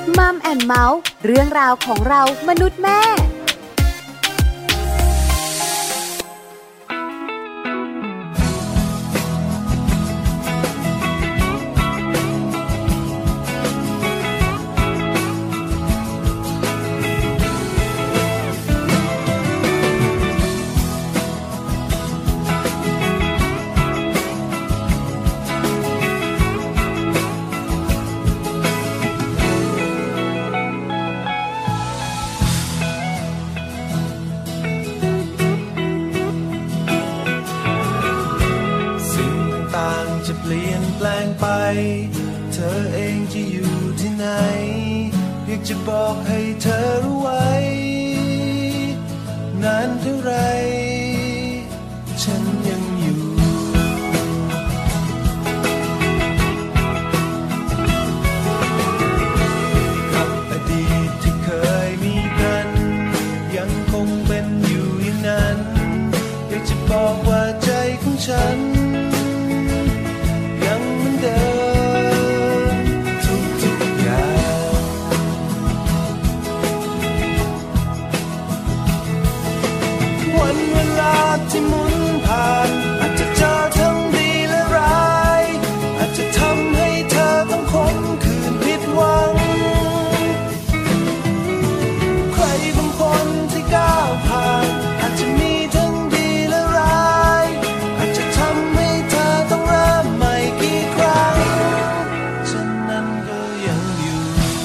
มัมแอนด์เมาส์เรื่องราวของเรามนุษย์แม่เธอเองจะอยู่ที่ไหนอยากจะบอกให้เธอรู้ไว้นานเท่าไรฉันยังอยู่กับอดีตที่เคยมีกันยังคงเป็นอยู่อย่างนั้นอยากจะบอกว่าใจของฉันยังเหมือนเดิมทุกอย่างวันเวลาที่หมุนผ่านอาจจะเจอทั้งดีและร้ายอาจจะทำให้เธอต้องขมขื่นผิดหวังใครบางคนที่ก้าวผ่านอาจจะมีทั้งดีและร้ายอาจจะทำให้เธอต้องเริ่มใหม่กี่ครั้งฉันนั้นก็ยังอยู่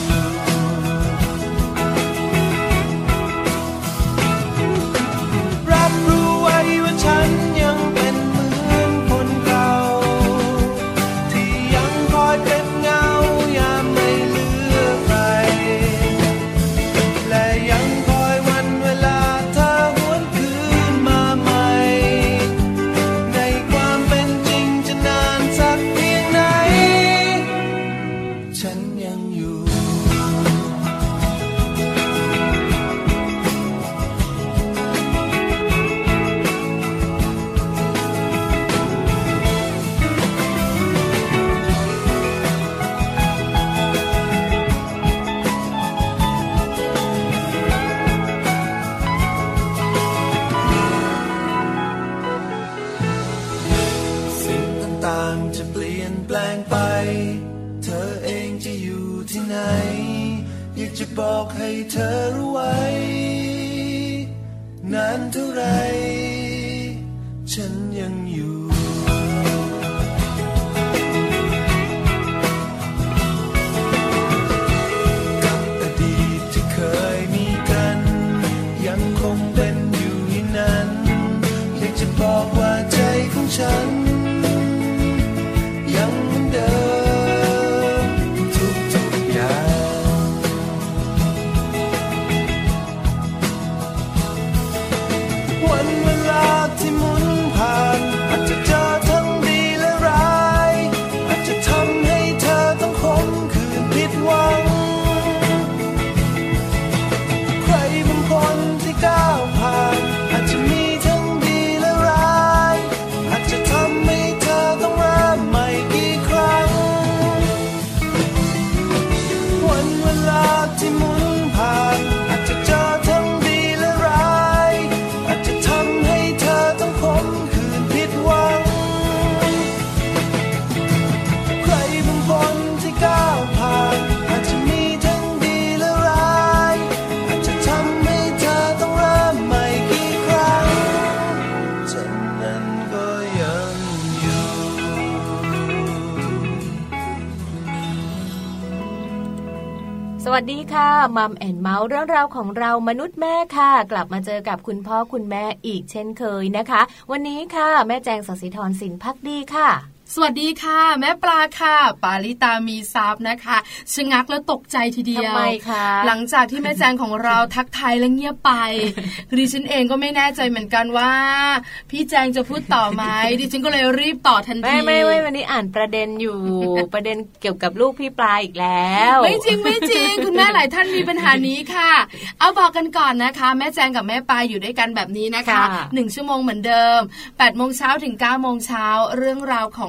รับรู้ไว้ว่าฉันยังเป็นเหมือนคนเก่าที่ยังคอยเป็นเงายามไม่เหลือใครและยังคอยวันเวลาเธอหวนคืนมาใหม่ในความเป็นจริงจะนานสักเพียงไหนฉันยังอยู่สิ่งต่างๆจะเปลี่ยนแปลงไปเธอเองจะอยู่ที่ไหนอยากจะบอกให้เธอรู้ไว้นานเท่าไรฉันยังอยู่กับอดีตที่เคยมีกันยังคงเป็นอยู่อย่างนั้นอยากจะบอกว่าใจของฉันยังเหมือนเดิมทุกอย่างวันเวลาที่หมุนผ่านอาจจะเจอทั้งดีและร้ายอาจจะทำให้เธอต้องขมขื่นผิดหวังใครบางคนที่ก้าวผ่านอาจจะมีทั้งดีและร้ายอาจจะทำให้เธอต้องเริ่มใหม่กี่ครั้งวันเวลาที่หมุนผ่านอาจจะเจอทั้งดีและร้ายอาจจะทำให้เธอต้องขมขื่นผิดหวังใครบางคนที่ก้าวผ่านอาจจะมีทั้งดีและร้ายอาจจะทำให้เธอต้องเริ่มใหม่กี่ครั้งฉันนั้นก็ยังอยู่สวัสดีค่ะมัมแอนด์เมาส์เรื่องราวของเรามนุษย์แม่ค่ะกลับมาเจอกับคุณพ่อคุณแม่อีกเช่นเคยนะคะวันนี้ค่ะแม่แจงศศิธรสินภักดีค่ะสวัสดีค่ะแม่ปลาค่ะปาลิตามีซับนะคะชะงักแล้วตกใจทีเดียวทำไมคะหลังจากที่แม่แจงของเราทักทายแล้วเงียบไปดิฉันเองก็ไม่แน่ใจเหมือนกันว่าพี่แจงจะพูดต่อไหมดิฉันก็เลยรีบต่อทันทีไม่วันนี้อ่านประเด็นอยู่ ประเด็นเกี่ยวกับลูกพี่ปลาอีกแล้วไม่จริงคุณแม่หลายท่านมีปัญหานี้ค่ะเอาบอกกันก่อนนะคะแม่แจงกับแม่ปลาอยู่ด้วยกันแบบนี้นะคะ1 ชั่วโมงเหมือนเดิม 8 โมงเช้าถึง 9 โมงเช้าเรื่องราวของ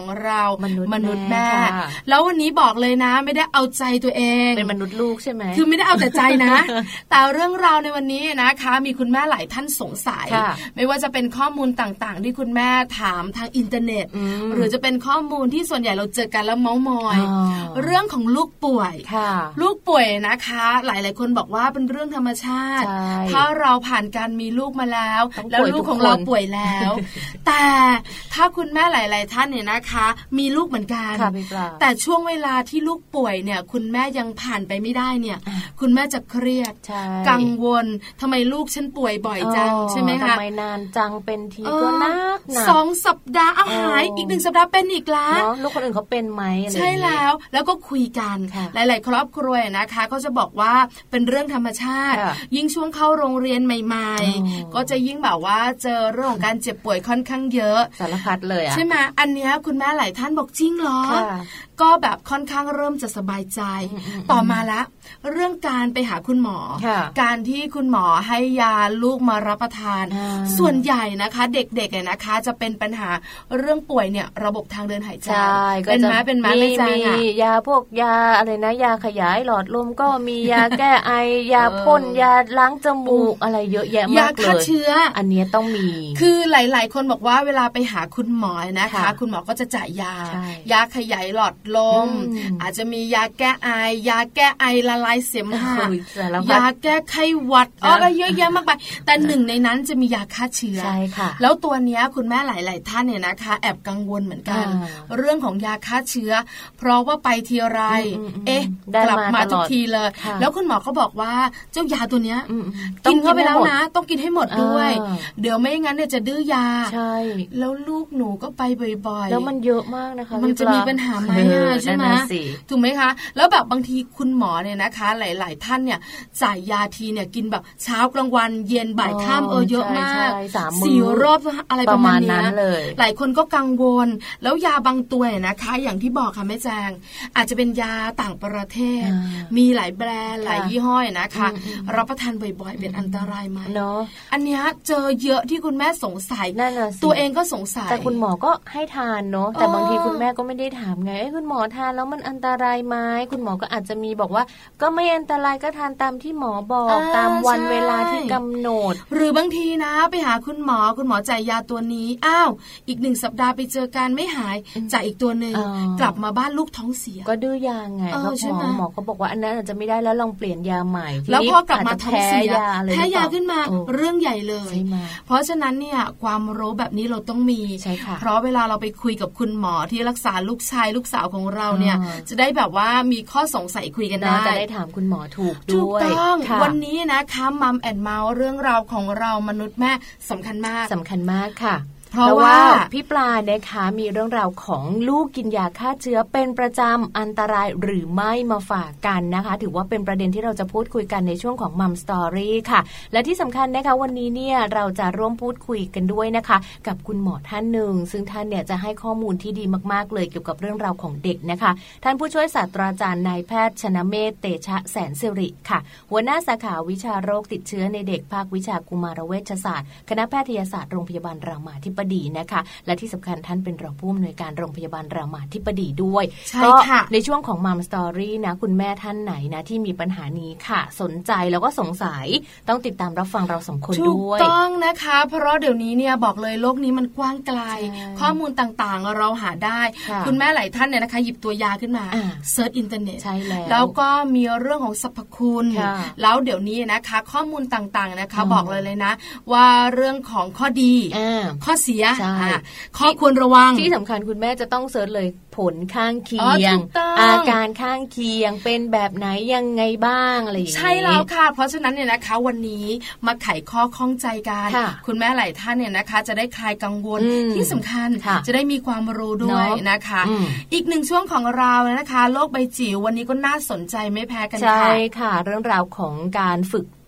เรามนุษย์แม่ค่ะแล้ววันนี้บอกเลยนะไม่ได้เอาใจตัวเองเป็นมนุษย์ลูกใช่ไหมคือไม่ได้เอาแต่ใจนะ แต่เรื่องราวในวันนี้นะคะมีคุณแม่หลายท่านสงสัยไม่ว่าจะเป็นข้อมูลต่างๆที่คุณแม่ถามทางอินเทอร์เน็ตหรือจะเป็นข้อมูลที่ส่วนใหญ่เราเจอกันแล้วเม้ามอยเรื่องของลูกป่วยลูกป่วยนะคะหลายๆคนบอกว่าเป็นเรื่องธรรมชาติถ้าเราผ่านการมีลูกมาแล้วลูกของเราป่วยแล้วแต่ถ้าคุณแม่หลายๆท่านเนี่ยนะคะมีลูกเหมือนกันแต่ช่วงเวลาที่ลูกป่วยเนี่ยคุณแม่ยังผ่านไปไม่ได้เนี่ยคุณแม่จะเครียดกังวลทำไมลูกฉันป่วยบ่อยจังใช่ไหมคะทำไมนานจังเป็นทีก็นัก 2 สัปดาห์หายอีก1 สัปดาห์เป็นอีกแล้วลูกคนอื่นเขาเป็นไหมใช่แล้วก็คุยกันหลายๆครอบครัวนะคะก็จะบอกว่าเป็นเรื่องธรรมชาติยิ่งช่วงเข้าโรงเรียนใหม่ๆก็จะยิ่งแบบว่าเจอเรื่องของการเจ็บป่วยค่อนข้างเยอะสารพัดเลยใช่ไหมอันนี้คุณแม่หลายท่านบอกจริงเหรอก็แบบค่อนข้างเริ่มจะสบายใจต่อมาละเรื่องการไปหาคุณหมอการที่คุณหมอให้ยาลูกมารับประทานส่วนใหญ่นะคะเด็กๆเนี่ยนะคะจะเป็นปัญหาเรื่องป่วยเนี่ยระบบทางเดินหายใจเป็นไหมไม่ใช่มียาพวกยาอะไรนะยาขยายหลอดลมก็มียาแก้ไอยาพ่นยาล้างจมูกอะไรเยอะแยะมากเลยยาฆ่าเชื้ออันนี้ต้องมีคือหลายๆคนบอกว่าเวลาไปหาคุณหมอนะคะคุณหมอก็จะจ่ายยาขยายหลอดลมอาจจะมียาแก้ไอยาแก้ไอละลายเสมหะยาแก้ไข้หวัดอะไรเยอะแยะมากมายแต่หนึ่งในนั้นจะมียาฆ่าเชื้อแล้วตัวเนี้ยคุณแม่หลายๆท่านเนี่ยนะคะแอบกังวลเหมือนกันเรื่องของยาฆ่าเชื้อเพราะว่าไปทีไรกลับมาทุกทีเลยแล้วคุณหมอก็บอกว่าเจ้ายาตัวเนี้ยกินเข้าไปแล้วนะต้องกินให้หมดด้วยเดี๋ยวไม่งั้นเนี่ยจะดื้อยาแล้วลูกหนูก็ไปบ่อยๆแล้วมันเยอะมากนะคะมันจะมีปัญหาไหมใช่ไหมถูกไหมคะแล้วแบบบางทีคุณหมอเนี่ยนะคะหลายๆท่านเนี่ยจ่ายยาทีเนี่ยกินแบบเช้ากลางวันเย็นบ่ายค่ำเยอะมาก4 รอบอะไรประมาณนี้หลายคนก็กังวลแล้วยาบางตัวนะคะอย่างที่บอกค่ะแม่แจงอาจจะเป็นยาต่างประเทศมีหลายแบรนด์หลายยี่ห้อนะคะรับประทานบ่อยๆเป็นอันตรายไหมเนาะอันนี้เจอเยอะที่คุณแม่สงสัยตัวเองก็สงสัยแต่คุณหมอก็ให้ทานเนาะแต่บางทีคุณแม่ก็ไม่ได้ถามไงคุณหมอทานแล้วมันอันตรายไหมคุณหมอก็อาจจะมีบอกว่าก็ไม่อันตรายก็ทานตามที่หมอบอกตามวันเวลาที่กำหนดหรือบางทีนะไปหาคุณหมอจ่ายยาตัวนี้อ้าวอีก1 สัปดาห์ไปเจอกันไม่หายจ่ายอีกตัวนึงกลับมาบ้านลูกท้องเสียก็ดื้อยาไงแล้วหมอก็บอกว่าอันนั้นอาจจะไม่ได้แล้วลองเปลี่ยนยาใหม่แล้วพอกลับมาท้องเสียแพ้ยาขึ้นมาเรื่องใหญ่เลยเพราะฉะนั้นเนี่ยความรู้แบบนี้เราต้องมีเพราะเวลาเราไปคุยกับคุณหมอที่รักษาลูกชายลูกสาวของเราเนี่ยจะได้แบบว่ามีข้อสงสัยคุยกันได้จะได้ถามคุณหมอถูกด้วยถูกต้องวันนี้นะคะมัมแอนด์เมาส์เรื่องราวของเรามนุษย์แม่สำคัญมากค่ะเพราะว่าพี่ปลานะคะมีเรื่องราวของลูกกินยาฆ่าเชื้อเป็นประจำอันตรายหรือไม่มาฝากกันนะคะถือว่าเป็นประเด็นที่เราจะพูดคุยกันในช่วงของมัมสตอรี่ค่ะและที่สำคัญนะคะวันนี้เนี่ยเราจะร่วมพูดคุยกันด้วยนะคะกับคุณหมอท่านหนึ่งซึ่งท่านเนี่ยจะให้ข้อมูลที่ดีมากๆเลยเกี่ยวกับเรื่องราวของเด็กนะคะท่านผู้ช่วยศาสตราจารย์นายแพทย์ชนเมธเตชะแสนสิริค่ะหัวหน้าสาขาวิชาโรคติดเชื้อในเด็กภาควิชากุมารเวชศาสตร์คณะแพทยศาสตร์โรงพยาบาลรามาธิบดีนะคะและที่สำคัญท่านเป็นรองผู้อำนวยการโรงพยาบาลรามาธิบดีด้วยก็ในช่วงของมัมสตอรี่นะคุณแม่ท่านไหนนะที่มีปัญหานี้ค่ะสนใจแล้วก็สงสัยต้องติดตามรับฟังเรา2 คนด้วยถูกต้องนะคะเพราะเดี๋ยวนี้เนี่ยบอกเลยโลกนี้มันกว้างไกลข้อมูลต่างๆเราหาได้คุณแม่หลายท่านเนี่ยนะคะหยิบตัวยาขึ้นมาเซิร์ชอินเทอร์เน็ตแล้วก็มีเรื่องของสรรพคุณแล้วเดี๋ยวนี้นะคะข้อมูลต่างๆนะคะบอกเลยนะว่าเรื่องของข้อดีข้อเสียข้อควรระวังที่สำคัญคุณแม่จะต้องเซิร์ชเลยผลข้างเคียงอาการข้างเคียงเป็นแบบไหนยังไงบ้างอะไรอย่างนี้ใช่แล้วค่ะเพราะฉะนั้นเนี่ยนะคะวันนี้มาไขข้อข้องใจกันคุณแม่หลายท่านเนี่ยนะคะจะได้คลายกังวลที่สำคัญจะได้มีความรู้ด้วยนะคะอีกหนึ่งช่วงของเรานะคะโลกใบจิ๋ววันนี้ก็น่าสนใจไม่แพ้กันค่ะใช่ค่ะเรื่องราวของการฝึก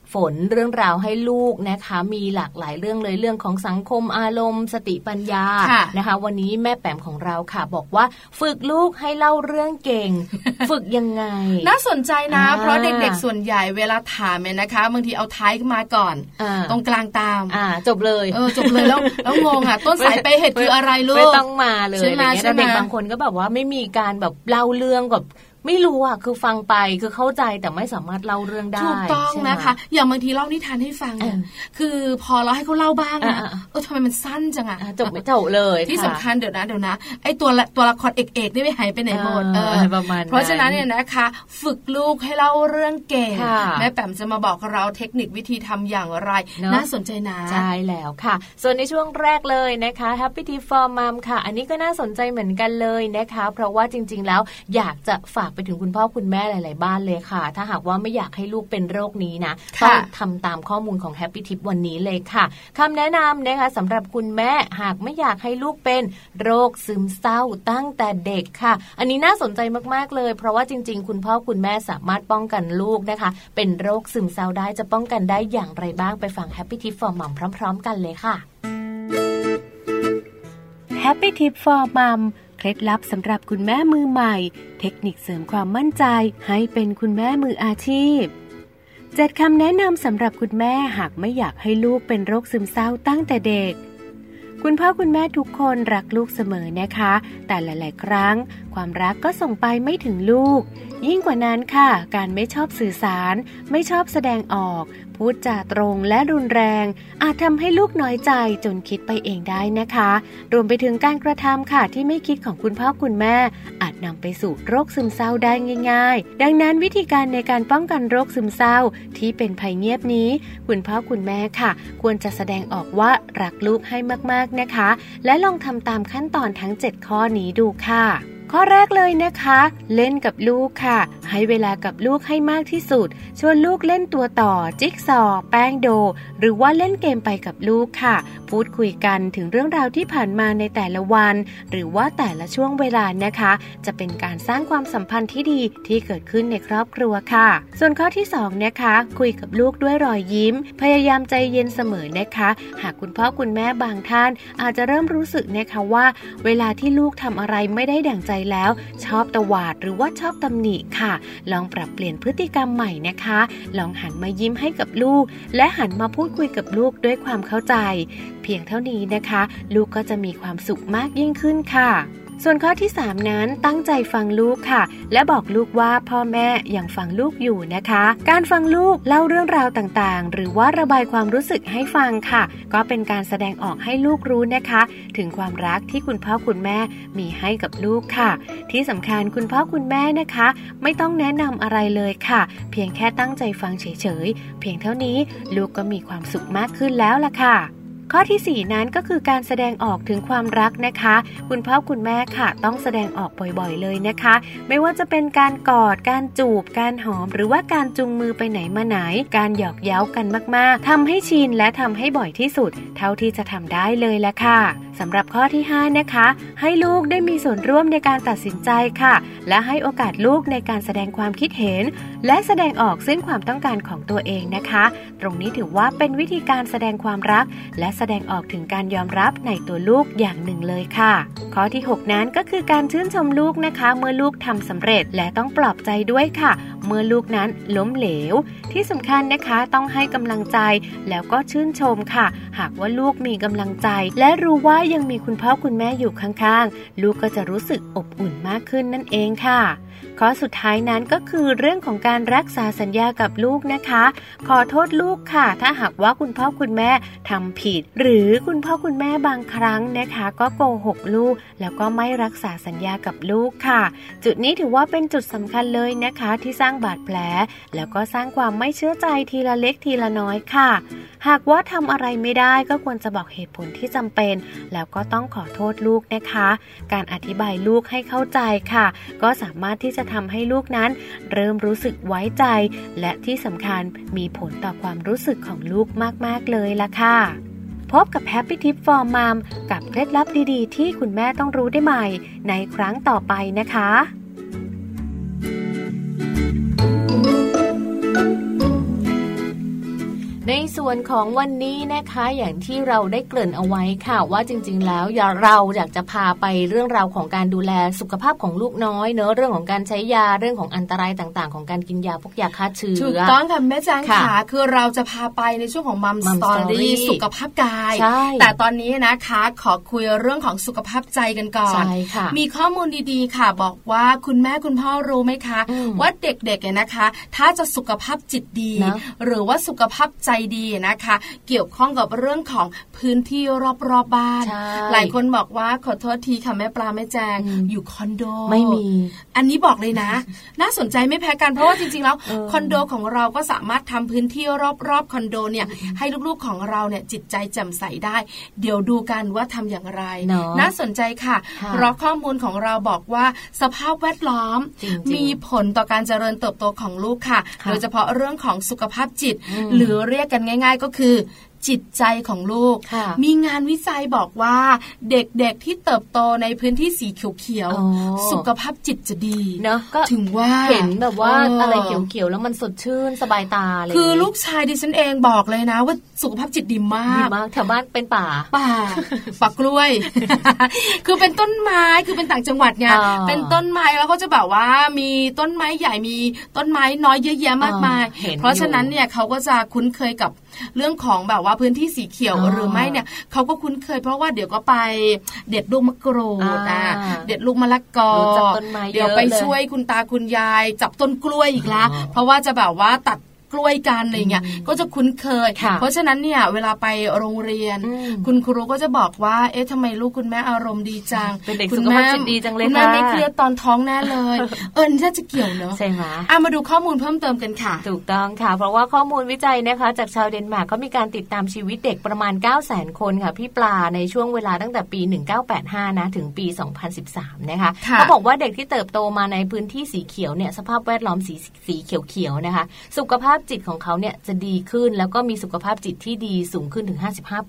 ฝนเรื่องราวให้ลูกนะคะมีหลากหลายเรื่องเลยเรื่องของสังคมอารมณ์สติปัญญานะคะวันนี้แม่แปมของเราค่ะบอกว่าฝึกลูกให้เล่าเรื่องเก่ง ฝึกยังไงน่าสนใจนะเพราะเด็กๆส่วนใหญ่เวลาถามเนี่ยนะคะบางทีเอาท้ายมาก่อนตรงกลางตามจบเลยจบเลยแล้วงงต้นสายปลายเหตุคืออะไรลูกไม่ต้องมาเลยอะไรเงี้ยเด็กบางคนก็แบบว่าไม่มีการแบบเล่าเรื่องแบบไม่รู้คือฟังไปคือเข้าใจแต่ไม่สามารถเล่าเรื่องได้ถูกต้องนะคะอย่างบางทีเล่านิทานให้ฟังคือพอเราให้เขาเล่าบ้างทำไมมันสั้นจังจบไม่จบเลยที่สำคัญเดี๋ยวนะไอ้ตัวละครเอกนี่ไม่หายไปไหนหมดประมาณเพราะฉะนั้นเนี่ยนะคะฝึกลูกให้เล่าเรื่องเก่งแม่แปมจะมาบอกเราเทคนิควิธีทำอย่างไรน่าสนใจนะใช่แล้วค่ะส่วนในช่วงแรกเลยนะคะ Happy Tip for Mom ค่ะอันนี้ก็น่าสนใจเหมือนกันเลยนะคะเพราะว่าจริงๆแล้วอยากจะฝากไปถึงคุณพ่อคุณแม่หลายๆบ้านเลยค่ะถ้าหากว่าไม่อยากให้ลูกเป็นโรคนี้นะต้องทำตามข้อมูลของ Happy Tip วันนี้เลยค่ะคำแนะนำนะคะสำหรับคุณแม่หากไม่อยากให้ลูกเป็นโรคซึมเศร้าตั้งแต่เด็กค่ะอันนี้น่าสนใจมากๆเลยเพราะว่าจริงๆคุณพ่อคุณแม่สามารถป้องกันลูกนะคะเป็นโรคซึมเศร้าได้จะป้องกันได้อย่างไรบ้างไปฟัง Happy Tip for Mom พร้อมๆกันเลยค่ะ Happy Tip for Momเคล็ดลับสำหรับคุณแม่มือใหม่เทคนิคเสริมความมั่นใจให้เป็นคุณแม่มืออาชีพ7 คำแนะนำสำหรับคุณแม่หากไม่อยากให้ลูกเป็นโรคซึมเศร้าตั้งแต่เด็กคุณพ่อคุณแม่ทุกคนรักลูกเสมอนะคะแต่หลายๆครั้งความรักก็ส่งไปไม่ถึงลูกยิ่งกว่านั้นค่ะการไม่ชอบสื่อสารไม่ชอบแสดงออกพูดจาตรงและรุนแรงอาจทำให้ลูกน้อยใจจนคิดไปเองได้นะคะรวมไปถึงการกระทำค่ะที่ไม่คิดของคุณพ่อคุณแม่อาจนำไปสู่โรคซึมเศร้าได้ง่ายๆดังนั้นวิธีการในการป้องกันโรคซึมเศร้าที่เป็นภัยเงียบนี้คุณพ่อคุณแม่ค่ะควรจะแสดงออกว่ารักลูกให้มากๆนะคะและลองทำตามขั้นตอนทั้ง7ข้อนี้ดูค่ะข้อแรกเลยนะคะเล่นกับลูกค่ะให้เวลากับลูกให้มากที่สุดชวนลูกเล่นตัวต่อจิ๊กซอว์แป้งโดหรือว่าเล่นเกมไปกับลูกค่ะพูดคุยกันถึงเรื่องราวที่ผ่านมาในแต่ละวันหรือว่าแต่ละช่วงเวลานะคะจะเป็นการสร้างความสัมพันธ์ที่ดีที่เกิดขึ้นในครอบครัวค่ะส่วนข้อที่2นะคะคุยกับลูกด้วยรอยยิ้มพยายามใจเย็นเสมอนะคะหากคุณพ่อคุณแม่บางท่านอาจจะเริ่มรู้สึกนะคะว่าเวลาที่ลูกทำอะไรไม่ได้ดั่งใจแล้วชอบตวาดหรือว่าชอบตำหนิค่ะลองปรับเปลี่ยนพฤติกรรมใหม่นะคะลองหันมายิ้มให้กับลูกและหันมาพูดคุยกับลูกด้วยความเข้าใจเพียงเท่านี้นะคะลูกก็จะมีความสุขมากยิ่งขึ้นค่ะส่วนข้อที่3นั้นตั้งใจฟังลูกค่ะและบอกลูกว่าพ่อแม่ยังฟังลูกอยู่นะคะการฟังลูกเล่าเรื่องราวต่างๆหรือว่าระบายความรู้สึกให้ฟังค่ะก็เป็นการแสดงออกให้ลูกรู้นะคะถึงความรักที่คุณพ่อคุณแม่มีให้กับลูกค่ะที่สำคัญคุณพ่อคุณแม่นะคะไม่ต้องแนะนำอะไรเลยค่ะเพียงแค่ตั้งใจฟังเฉยๆเพียงเท่านี้ลูกก็มีความสุขมากขึ้นแล้วล่ะค่ะข้อที่4นั้นก็คือการแสดงออกถึงความรักนะคะคุณพ่อคุณแม่ค่ะต้องแสดงออกบ่อยๆเลยนะคะไม่ว่าจะเป็นการกอดการจูบการหอมหรือว่าการจูงมือไปไหนมาไหนการหยอกเย้ากันมากๆทำให้ชินและทำให้บ่อยที่สุดเท่าที่จะทำได้เลยละค่ะสำหรับข้อที่5นะคะให้ลูกได้มีส่วนร่วมในการตัดสินใจค่ะและให้โอกาสลูกในการแสดงความคิดเห็นและแสดงออกซึ่งความต้องการของตัวเองนะคะตรงนี้ถือว่าเป็นวิธีการแสดงความรักและแสดงออกถึงการยอมรับในตัวลูกอย่างหนึ่งเลยค่ะข้อที่6นั้นก็คือการชื่นชมลูกนะคะเมื่อลูกทำสำเร็จและต้องปลอบใจด้วยค่ะเมื่อลูกนั้นล้มเหลวที่สำคัญนะคะต้องให้กำลังใจแล้วก็ชื่นชมค่ะหากว่าลูกมีกำลังใจและรู้ว่ายังมีคุณพ่อคุณแม่อยู่ข้างๆลูกก็จะรู้สึกอบอุ่นมากขึ้นนั่นเองค่ะข้อสุดท้ายนั้นก็คือเรื่องของการรักษาสัญญากับลูกนะคะขอโทษลูกค่ะถ้าหากว่าคุณพ่อคุณแม่ทำผิดหรือคุณพ่อคุณแม่บางครั้งนะคะก็โกหกลูกแล้วก็ไม่รักษาสัญญากับลูกค่ะจุดนี้ถือว่าเป็นจุดสำคัญเลยนะคะที่สร้างบาดแผลแล้วก็สร้างความไม่เชื่อใจทีละเล็กทีละน้อยค่ะหากว่าทำอะไรไม่ได้ก็ควรจะบอกเหตุผลที่จำเป็นแล้วก็ต้องขอโทษลูกนะคะการอธิบายลูกให้เข้าใจค่ะก็สามารถที่จะทำให้ลูกนั้นเริ่มรู้สึกไว้ใจและที่สำคัญมีผลต่อความรู้สึกของลูกมากๆเลยล่ะค่ะพบกับ Happy Tip for Mom กับเคล็ดลับดีๆที่คุณแม่ต้องรู้ได้ใหม่ในครั้งต่อไปนะคะส่วนของวันนี้นะคะอย่างที่เราได้เกริ่นเอาไว้ค่ะว่าจริงๆแล้วเราอยากจะพาไปเรื่องราวของการดูแลสุขภาพของลูกน้อยเนอะเรื่องของการใช้ยาเรื่องของอันตรายต่างๆของการกินยาพวกยาฆ่าเชื้อถูกต้องค่ะแม่แจงค่ะคือเราจะพาไปในช่วงของมัมสตอรี่สุขภาพกายแต่ตอนนี้นะคะขอคุยเรื่องของสุขภาพใจกันก่อนมีข้อมูลดีๆค่ะบอกว่าคุณแม่คุณพ่อรู้ไหมคะว่าเด็กๆเนี่ยนะคะถ้าจะสุขภาพจิตดีหรือว่าสุขภาพใจดีนะคะเกี่ยวข้องกับเรื่องของพื้นที่รอบๆบ้านหลายคนบอกว่าขอโทษทีค่ะแม่ปลาแม่แจงอยู่คอนโดไม่มีอันนี้บอกเลยนะน่าสนใจไม่แพ้กันเพราะว่าจริงๆแล้วคอนโดของเราก็สามารถทำพื้นที่รอบๆคอนโดเนี่ยให้ลูกๆของเราเนี่ยจิตใจแจ่มใสได้เดี๋ยวดูกันว่าทำอย่างไรน่าสนใจค่ะเพราะข้อมูลของเราบอกว่าสภาพแวดล้อมมีผลต่อการเจริญเติบโตของลูกค่ะโดยเฉพาะเรื่องของสุขภาพจิตหรือเรียกกันง่ายๆก็คือจิตใจของลูกมีงานวิจัยบอกว่าเด็กๆที่เติบโตในพื้นที่สีเขียวๆสุขภาพจิตจะดีเนาะก็ถึงว่าเห็นแบบว่าอะไรเขียวๆแล้วมันสดชื่นสบายตาเลยคือลูกชายดิฉันเองบอกเลยนะว่าสุขภาพจิตดีมากแถวบ้านเป็นป่ากล้วย คือเป็นต้นไม้คือเป็นต่างจังหวัดไงเป็นต้นไม้แล้วก็จะแบบว่ามีต้นไม้ใหญ่มีต้นไม้น้อยเยอะแยะมากมายเพราะฉะนั้นเนี่ยเขาก็จะคุ้นเคยกับเรื่องของแบบว่าพื้นที่สีเขียวหรือไม่เนี่ยเขาก็คุ้นเคยเพราะว่าเดี๋ยวก็ไปเด็ดลูกมะกรูดเด็ดลูกมะละกอเดี๋ยวไปช่วยคุณตาคุณยายจับต้นกล้วยอีกแล้วเพราะว่าจะแบบว่าตัดกล้วยกันอะไรเงี้ยก็จะคุ้นเคยเพราะฉะนั้นเนี่ยเวลาไปโรงเรียนคุณครูก็จะบอกว่าเอ๊ะทำไมลูกคุณแม่อารมณ์ดีจังเป็นเด็กสุขภาพจิตดีจังเลยคุณแม่ไม่เครียดตอนท้องแน่เลยน่าจะเกี่ยวเนอะใช่ไหมมาดูข้อมูลเพิ่มเติมกันค่ะถูกต้องค่ะเพราะว่าข้อมูลวิจัยนะคะจากชาวเดนมาร์กเขามีการติดตามชีวิตเด็กประมาณ 900,000 คนค่ะพี่ปลาในช่วงเวลาตั้งแต่ปี1985นะถึงปี2013นะคะเขาบอกว่าเด็กที่เติบโตมาในพื้นที่สีเขียวเนี่ยสภาพแวดล้อมสีเขียวๆนะคะสุขภาพจิตของเขาเนี่ยจะดีขึ้นแล้วก็มีสุขภาพจิตที่ดีสูงขึ้นถึง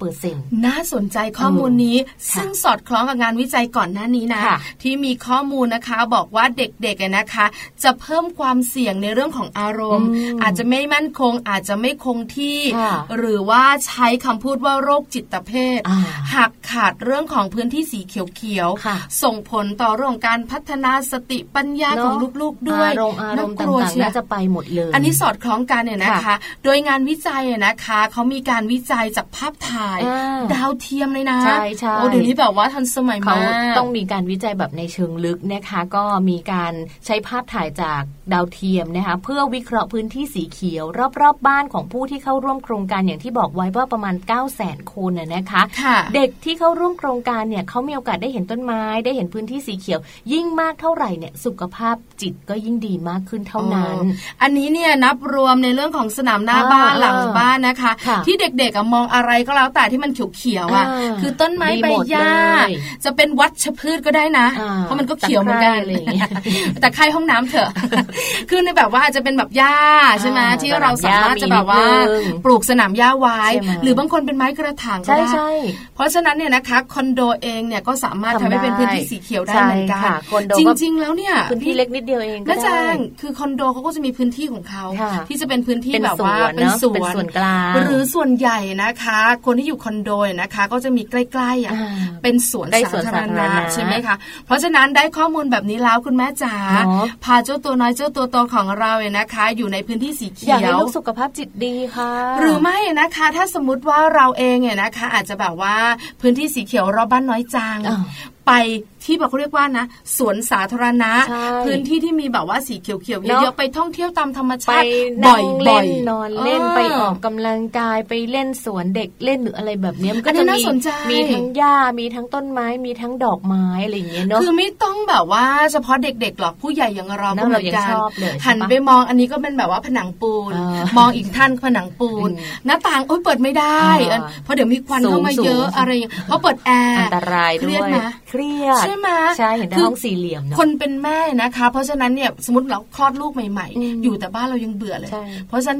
55% น่าสนใจข้อมูลนี้ซึ่งสอดคล้องกับงานวิจัยก่อนหน้านี้นะที่มีข้อมูลนะคะบอกว่าเด็กๆนะคะจะเพิ่มความเสี่ยงในเรื่องของอารมณ์อาจจะไม่มั่นคงอาจจะไม่คงที่หรือว่าใช้คำพูดว่าโรคจิตเภทหากขาดเรื่องของพื้นที่สีเขียวๆส่งผลต่อเรื่องการพัฒนาสติปัญญาของลูกๆด้วยอารมณ์ต่างๆน่าจะไปหมดเลยอันนี้สอดคล้องกันเนี่ยนะคะโดยงานวิจัยนะคะเขามีการวิจัยจากภาพถ่ายดาวเทียมเลยนะใช่โอ้เดี๋ยวนี้แบบว่าทันสมัยมากเขาต้องมีการวิจัยแบบในเชิงลึกนะคะก็มีการใช้ภาพถ่ายจากดาวเทียมนะคะเพื่อวิเคราะห์พื้นที่สีเขียวรอบๆบ้านของผู้ที่เข้าร่วมโครงการอย่างที่บอกไว้ว่าประมาณ 900,000 คนนะคะเด็กที่เข้าร่วมโครงการเนี่ยเขามีโอกาสได้เห็นต้นไม้ได้เห็นพื้นที่สีเขียวยิ่งมากเท่าไหร่เนี่ยสุขภาพจิตก็ยิ่งดีมากขึ้นเท่านั้นอันนี้เนี่ยนับรวมในเรื่องของสนามหน้าบ้านหลังบ้านนะคะที่เด็กๆมองอะไรก็แล้วแต่ที่มันเขียวๆคือต้นไม้ใบหญ้าจะเป็นวัชพืชก็ได้นะเพราะมันก็เขียวเหมือนกันแต่ใครห้องน้ำเถอะคือในแบบว่าอาจจะเป็นแบบหญ้าใช่ไหมที่เราสามารถจะแบบว่าปลูกสนามหญ้าไว้หรือบางคนเป็นไม้กระถางก็ได้เพราะฉะนั้นเนี่ยนะคะคอนโดเองเนี่ยก็สามารถทำให้เป็นพื้นที่สีเขียวได้เหมือนกันจริงๆแล้วเนี่ยพื้นที่เล็กนิดเดียวเองก็ได้คือคอนโดเขาก็จะมีพื้นที่ของเขาที่จะเป็นพื้นที่แบบว่าเป็นสวนกลางหรือส่วนใหญ่นะคะคนที่อยู่คอนโดนะคะก็จะมีใกล้ๆเป็นสวนสาธารณะใช่ไหมคะเพราะฉะนั้นได้ข้อมูลแบบนี้แล้วคุณแม่จ๋าพาเจ้าตัวน้อยเจ้าตัวโตของเราเนี่ยนะคะอยู่ในพื้นที่สีเขียวอยากให้ลูกสุขภาพจิตดีค่ะหรือไม่นะคะถ้าสมมติว่าเราเองเนี่ยนะคะอาจจะแบบว่าพื้นที่สีเขียวรอบบ้านน้อยจังไปที่แบบเขาเรียกว่านะสวนสาธารณะพื้นที่ที่มีแบบว่าสีเขียวๆเยอะๆไปท่องเที่ยวตามธรรมชาติบ่อยๆนอนเล่นไปออกกำลังกายไปเล่นสวนเด็กเล่นหรืออะไรแบบนี้มันก็จะมีทั้งหญ้ามีทั้งต้นไม้มีทั้งดอกไม้อะไรอย่างเงี้ยเนาะคือไม่ต้องแบบว่าเฉพาะเด็กๆหรอกผู้ใหญ่อย่างเราก็เหมือนกันหันไปมองอันนี้ก็เป็นแบบว่าผนังปูนมองอีกท่านผนังปูนหน้าต่างเปิดไม่ได้เพราะเดี๋ยวมีควันเข้ามาเยอะอะไรเพราะเปิดแอร์อันตรายด้วยเครียดใช่ไหมใช่เห็นแต่ห้องสี่เหลี่ยมเนาะคนเป็นแม่นะคะเพราะฉะนั้นเนี่ยสมมติเราคลอดลูกใหม่ๆอยู่แต่บ้านเรายังเบื่อเลยเพราะฉะนั้นเนี่ย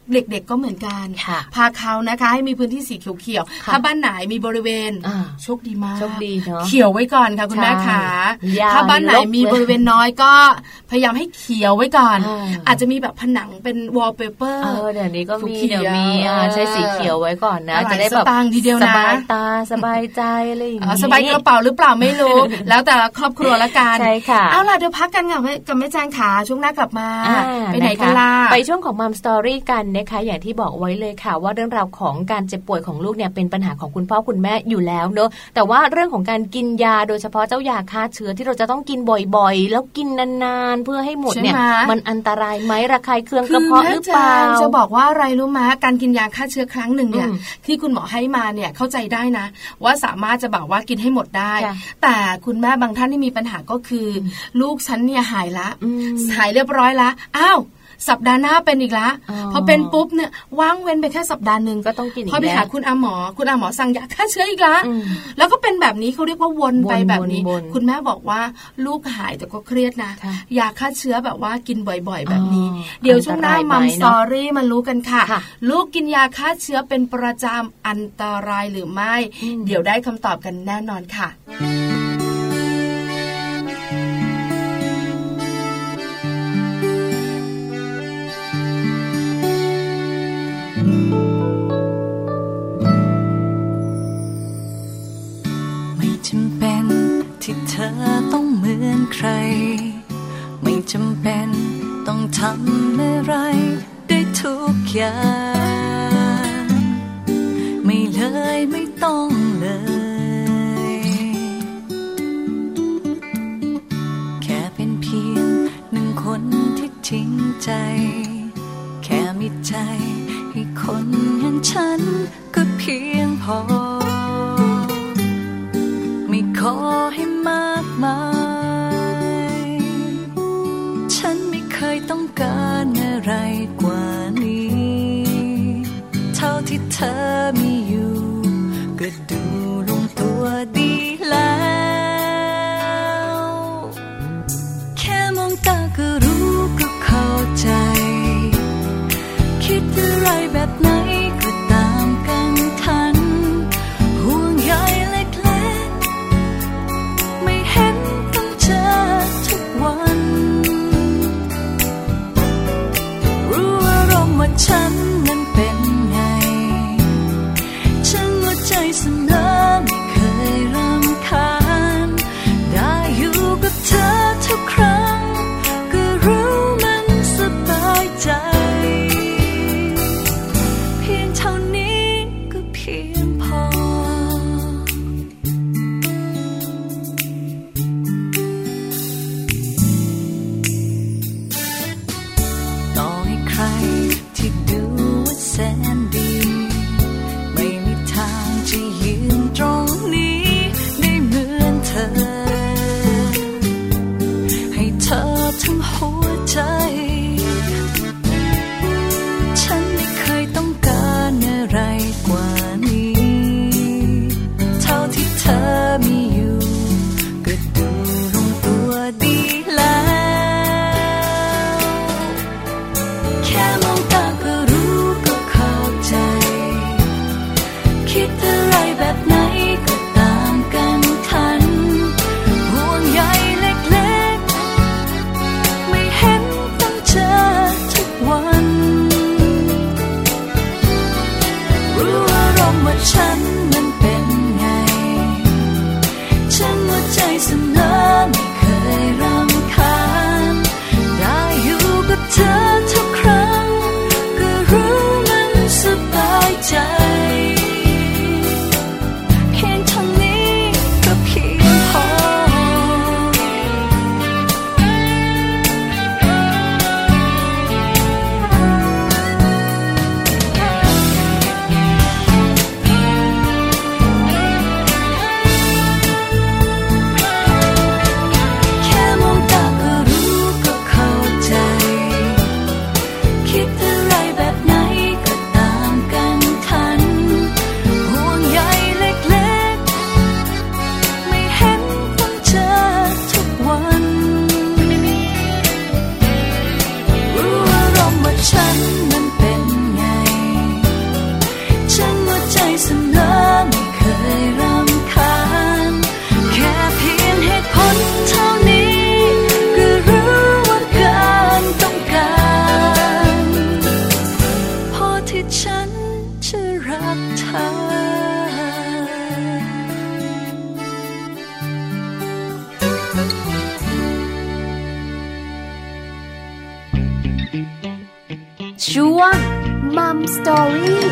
เด็กๆก็เหมือนกันพาเขานะคะให้มีพื้นที่สีเขียวๆถ้าบ้านไหนมีบริเวณโชคดีมากเขียวไว้ก่อนค่ะคุณแม่ขาถ้าบ้านไหนมีบริเวณน้อยก็พยายามให้เขียวไว้ก่อนอาจจะมีแบบผนังเป็นวอลเปเปอร์เดี๋ยวนี้ก็มีใช้สีเขียวไว้ก่อนนะจะได้แบบสบายตาสบายใจอะไรอย่างนี้สบายกระเป๋าหรือเปล่าไม่รู้แล้วแต่ครอบครัวละกันใช่ค่ะเอาล่ะเดี๋ยวพักกันกับแม่แจงขาช่วงหน้ากลับมาไปไหนกันล่ะไปช่วงของมัมสตอรี่กันนะคะอย่างที่บอกไว้เลยค่ะว่าเรื่องราวของการเจ็บป่วยของลูกเนี่ยเป็นปัญหาของคุณพ่อคุณแม่อยู่แล้วเนอะแต่ว่าเรื่องของการกินยาโดยเฉพาะเจ้ายาฆ่าเชื้อที่เราจะต้องกินบ่อยๆแล้วกินนานๆเพื่อให้หมดเนี่ยมันอันตรายไหมระคายเคืองกระเพาะหรือเปล่าจะบอกว่าอะไรรู้ไหมการกินยาฆ่าเชื้อครั้งหนึ่งเนี่ยที่คุณหมอให้มาเนี่ยเข้าใจได้นะว่าสามารถจะบอกว่ากินให้หมดได้แต่คุณแม่บางท่านที่มีปัญหาก็คือลูกฉันเนี่ยหายเรียบร้อยละอ้าวสัปดาห์หน้าเป็นอีกแล้วพอเป็นปุ๊บเนี่ยว่างเว้นไปแค่สัปดาห์นึงก็ต้องกินพอไปหาคุณอาหมอสั่งยาฆ่าเชื้ออีกแล้วแล้วก็เป็นแบบนี้เขาเรียกว่าวนไปแบบนี้คุณแม่บอกว่าลูกหายแต่ก็เครียดนะยาฆ่าเชื้อแบบว่ากินบ่อยๆแบบนี้เดี๋ยวช่วงหน้ามัมสตอรี่มารู้กันค่ะลูกกินยาฆ่าเชื้อเป็นประจำอันตรายหรือไม่เดี๋ยวได้คำตอบกันแน่นอนค่ะที่เธอต้องเหมือนใครไม่จำเป็นต้องทำอะไรได้ทุกอย่างไม่เลยไม่ต้องเลยแค่เป็นเพียงหนึ่งคนที่จริงใจแค่มีใจให้คนอย่างฉันก็เพียงพอไม่ขอให้มากมายฉันไม่เคยต้องการอะไรกว่านี้เท่าที่เธอมีอยู่ก็ดูลงตัวดีแล้วแค่มองตาก็รู้ก็เข้าใจคิดอะไรแบบไหนก็ตามกันทันห่วงใยเล็กไม่เห็นต้องเจอทุกวันรู้อารมณ์ว่าฉันนั้นเป็นไงฉันหัวใจเสมอไม่เคยรำคาญได้อยู่กับเธอทุกครั้งก็รู้มันสบายใจเพียงเท่านี้ก็เพียงพอที่ดูว่าแสนดีไม่มีทางจะยืนตรงนี้ได้เหมือนเธอให้เธอทั้งหัวใจฉันไม่เคยต้องการอะไรกว่านี้เท่าที่เธอมีอยู่ก็ดูลงตัวดีแล้วแค่มองตาก็รู้ก็เข้าใจคิดอะไรแบบไหนก็ตามกันทันห่วงใยเล็กๆไม่เห็นต้องเจอทุกวันรู้อารมณ์ว่าฉันนั้นเป็นไงฉันหัวใจเสมอไม่เคยรำคาญได้อยู่กับเธอทุกครั้งช่วงมัมสตอรี่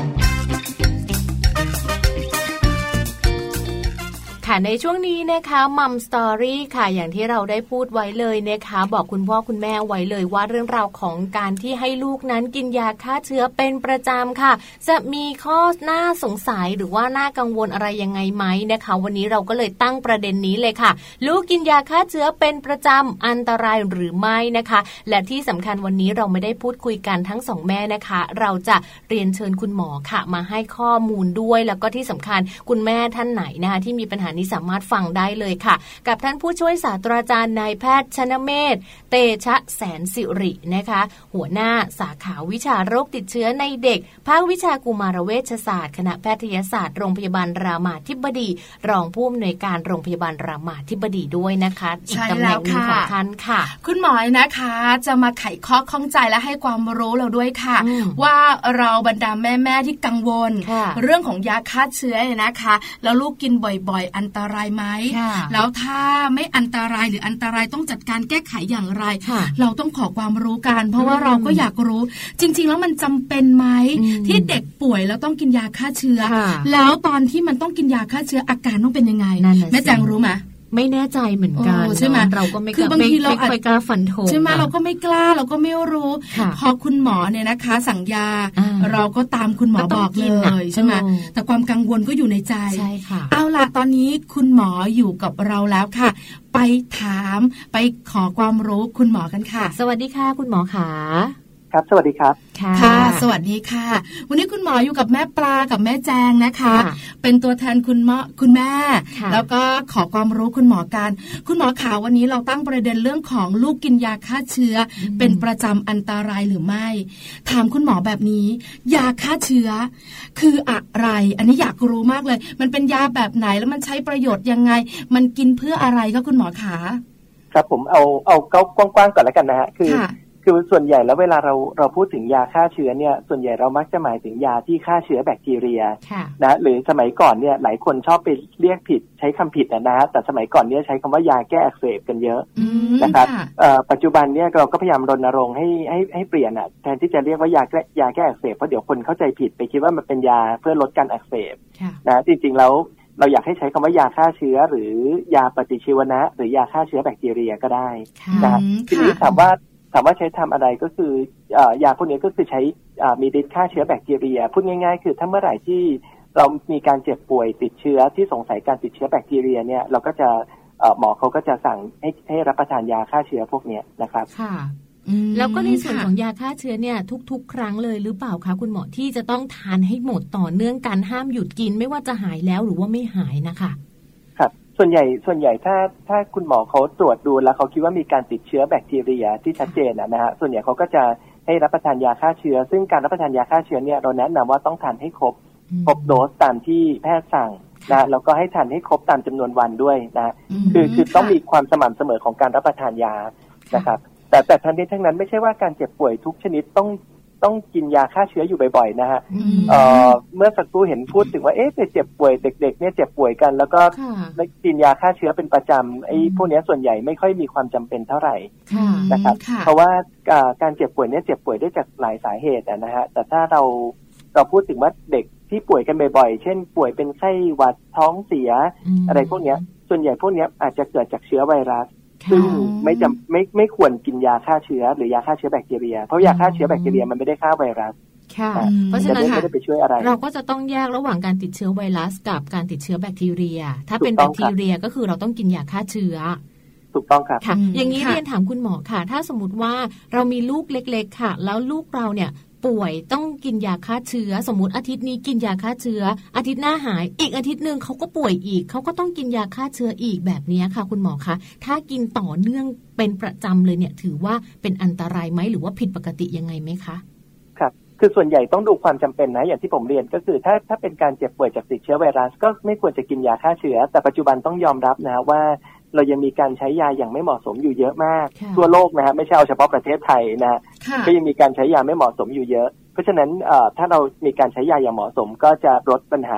ค่ะในช่วงนี้นะคะมัมสตอรี่ค่ะอย่างที่เราได้พูดไว้เลยนะคะบอกคุณพ่อคุณแม่ไว้เลยว่าเรื่องราวของการที่ให้ลูกนั้นกินยาฆ่าเชื้อเป็นประจำค่ะจะมีข้อน่าสงสัยหรือว่าน่ากังวลอะไรยังไงไหมนะคะวันนี้เราก็เลยตั้งประเด็นนี้เลยค่ะลูกกินยาฆ่าเชื้อเป็นประจำอันตรายหรือไม่นะคะและที่สำคัญวันนี้เราไม่ได้พูดคุยกันทั้งสองแม่นะคะเราจะเรียนเชิญคุณหมอค่ะมาให้ข้อมูลด้วยแล้วก็ที่สำคัญคุณแม่ท่านไหนนะคะที่มีปัญหานี้สามารถฟังได้เลยค่ะกับท่านผู้ช่วยศาสตราจารย์นายแพทย์ชนเมธเตชะแสนสิรินะคะหัวหน้าสาขาวิชาโรคติดเชื้อในเด็กภาควิชากุมารเวชศาสตร์คณะแพทยศาสตร์โรงพยาบาลรามาธิบดีรองผู้อำนวยการโรงพยาบาลรามาธิบดีด้วยนะคะอีกตำแหน่งหนึ่งของท่านค่ะคุณหมอนะคะจะมาไขข้อข้องใจและให้ความรู้เราด้วยค่ะว่าเราบรรดาแม่ๆที่กังวลเรื่องของยาฆ่าเชื้อนะคะแล้วลูกกินบ่อยๆอันตรายไหมแล้วถ้าไม่อันตรายหรืออันตรายต้องจัดการแก้ไขอย่างไรเราต้องขอความรู้กันเพราะว่าเราก็อยากรู้จริงๆแล้วมันจำเป็นไหมที่เด็กป่วยแล้วต้องกินยาฆ่าเชื้อแล้วตอนที่มันต้องกินยาฆ่าเชื้ออาการต้องเป็นยังไงแม่แจงรู้ไหมไม่แน่ใจเหมือนกันใช่ไหมเราก็ไม่คือบางทีเราไม่กล้าฟันธงใช่ไหมเราก็ไม่กล้าเราก็ไม่รู้พอคุณหมอเนี่ยนะคะสั่งยาเราก็ตามคุณหมอบอกเลยใช่ไหมแต่ความกังวลก็อยู่ในใจใช่ค่ะเอาล่ะตอนนี้คุณหมออยู่กับเราแล้วค่ะไปถามไปขอความรู้คุณหมอกันค่ะสวัสดีค่ะคุณหมอขาครับสวัสดีครับค่ะสวัสดีค่ะวันนี้คุณหมออยู่กับแม่ปลากับแม่แจงนะคะเป็นตัวแทนคุณแม่แล้วก็ขอความรู้คุณหมอกันคุณหมอขาวันนี้เราตั้งประเด็นเรื่องของลูกกินยาฆ่าเชื้อเป็นประจำอันตรายหรือไม่ถามคุณหมอแบบนี้ยาฆ่าเชื้อคืออะไรอันนี้อยากรู้มากเลยมันเป็นยาแบบไหนแล้วมันใช้ประโยชน์ยังไงมันกินเพื่ออะไรก็คุณหมอขาครับผมเอากว้างๆก่อนแล้วกันนะฮะคือส่วนใหญ่แล้วเวลาเราพูดถึงยาฆ่าเชื้อเนี่ยส่วนใหญ่เรามักจะหมายถึงยาที่ฆ่าเชื้อแบคทีเรียนะหรือสมัยก่อนเนี่ยหลายคนชอบไปเรียกผิดใช้คำผิดนะฮะแต่สมัยก่อนเนี่ยใช้คำว่ายาแก้อักเสบกันเยอะนะครับปัจจุบันเนี่ยเราก็พยายามรณรงค์ให้เปลี่ยนแทนที่จะเรียกว่ายาแก้อักเสบเพราะเดี๋ยวคนเข้าใจผิดไปคิดว่ามันเป็นยาเพื่อลดการอักเสบนะจริงๆแล้วเราอยากให้ใช้คำว่ายาฆ่าเชื้อหรือยาปฏิชีวนะหรือยาฆ่าเชื้อแบคทีเรียก็ได้นะทีนี้ถามว่าใช้ทำอะไรก็คือยาพวกนี้ก็คือใช้มีฤทธิ์ฆ่าเชื้อแบคทีเรียพูดง่ายๆคือถ้าเมื่อไหร่ที่เรามีการเจ็บป่วยติดเชื้อที่สงสัยการติดเชื้อแบคทีเรียเนี่ยเราก็จะหมอเขาก็จะสั่งให้รับประทานยาฆ่าเชื้อพวกนี้นะครับค่ะแล้วก็ในส่วนของยาฆ่าเชื้อเนี่ยทุกๆครั้งเลยหรือเปล่าคะคุณหมอที่จะต้องทานให้หมดต่อเนื่องกันห้ามหยุดกินไม่ว่าจะหายแล้วหรือว่าไม่หายนะคะส่วนใหญ่ถ้าคุณหมอเขาตรวจดูแล้วเขาคิดว่ามีการติดเชื้อแบคทีเรียที่ชัดเจนนะฮะส่วนใหญ่เขาก็จะให้รับประทานยาฆ่าเชื้อซึ่งการรับประทานยาฆ่าเชื้อเนี่ยเราแนะนำว่าต้องทานให้ครบโดสตามที่แพทย์สั่งนะแล้วก็ให้ทานให้ครบตามจำนวนวันด้วยนะคือต้องมีความสม่ำเสมอของการรับประทานยานะครับแต่ทั้งนี้ทั้งนั้นไม่ใช่ว่าการเจ็บป่วยทุกชนิดต้องกินยาฆ่าเชื้ออยู่บ่อยๆนะฮะเมื่อสักครู่เห็นพูดถึงว่าเจ็บป่วยเด็กๆเนี่ยเจ็บป่วยกันแล้วก็กินยาฆ่าเชื้อเป็นประจำไอ้พวกนี้ส่วนใหญ่ไม่ค่อยมีความจำเป็นเท่าไหร่นะครับเพราะว่าการเจ็บป่วยเนี่ยเจ็บป่วยได้จากหลายสาเหตุนะฮะแต่ถ้าเราพูดถึงว่าเด็กที่ป่วยกันบ่อยๆเช่นป่วยเป็นไข้หวัดท้องเสียอะไรพวกนี้ส่วนใหญ่พวกนี้อาจจะเกิดจากเชื้อไวรัสซึ่งไม่ควรกินยาฆ่าเชื้อหรือยาฆ่าเชื้อแบคทีเรียเพราะยาฆ่าเชื้อแบคทีเรียมันไม่ได้ฆ่าไวรัสค่ะเพราะฉะนั้นไม่ได้ไปช่วยอะไรเราก็จะต้องแยกระหว่างการติดเชื้อไวรัสกับการติดเชื้อแบคทีเรียถ้าเป็นแบคทีเรียก็คือเราต้องกินยาฆ่าเชื้อถูกต้องครับค่ะอย่างนี้เรียนถามคุณหมอค่ะถ้าสมมติว่าเรามีลูกเล็กๆค่ะแล้วลูกเราเนี่ยป่วยต้องกินยาฆ่าเชื้อสมมุติอาทิตย์นี้กินยาฆ่าเชื้ออาทิตย์หน้าหายอีกอาทิตย์นึงเขาก็ป่วยอีกเขาก็ต้องกินยาฆ่าเชื้ออีกแบบนี้ค่ะคุณหมอคะถ้ากินต่อเนื่องเป็นประจำเลยเนี่ยถือว่าเป็นอันตรายไหมหรือว่าผิดปกติยังไงไหมคะครับคือส่วนใหญ่ต้องดูความจำเป็นนะอย่างที่ผมเรียนก็คือถ้าเป็นการเจ็บป่วยจากติดเชื้อไวรัสก็ไม่ควรจะกินยาฆ่าเชื้อแต่ปัจจุบันต้องยอมรับนะว่าเรายังมีการใช้ยาอย่างไม่เหมาะสมอยู่เยอะมากทั่วโลกนะฮะไม่ใช่เอาเฉพาะประเทศไทยนะก็ยังมีการใช้ยาไม่เหมาะสมอยู่เยอะเพราะฉะนั้นถ้าเรามีการใช้ยาอย่างเหมาะสมก็จะลดปัญหา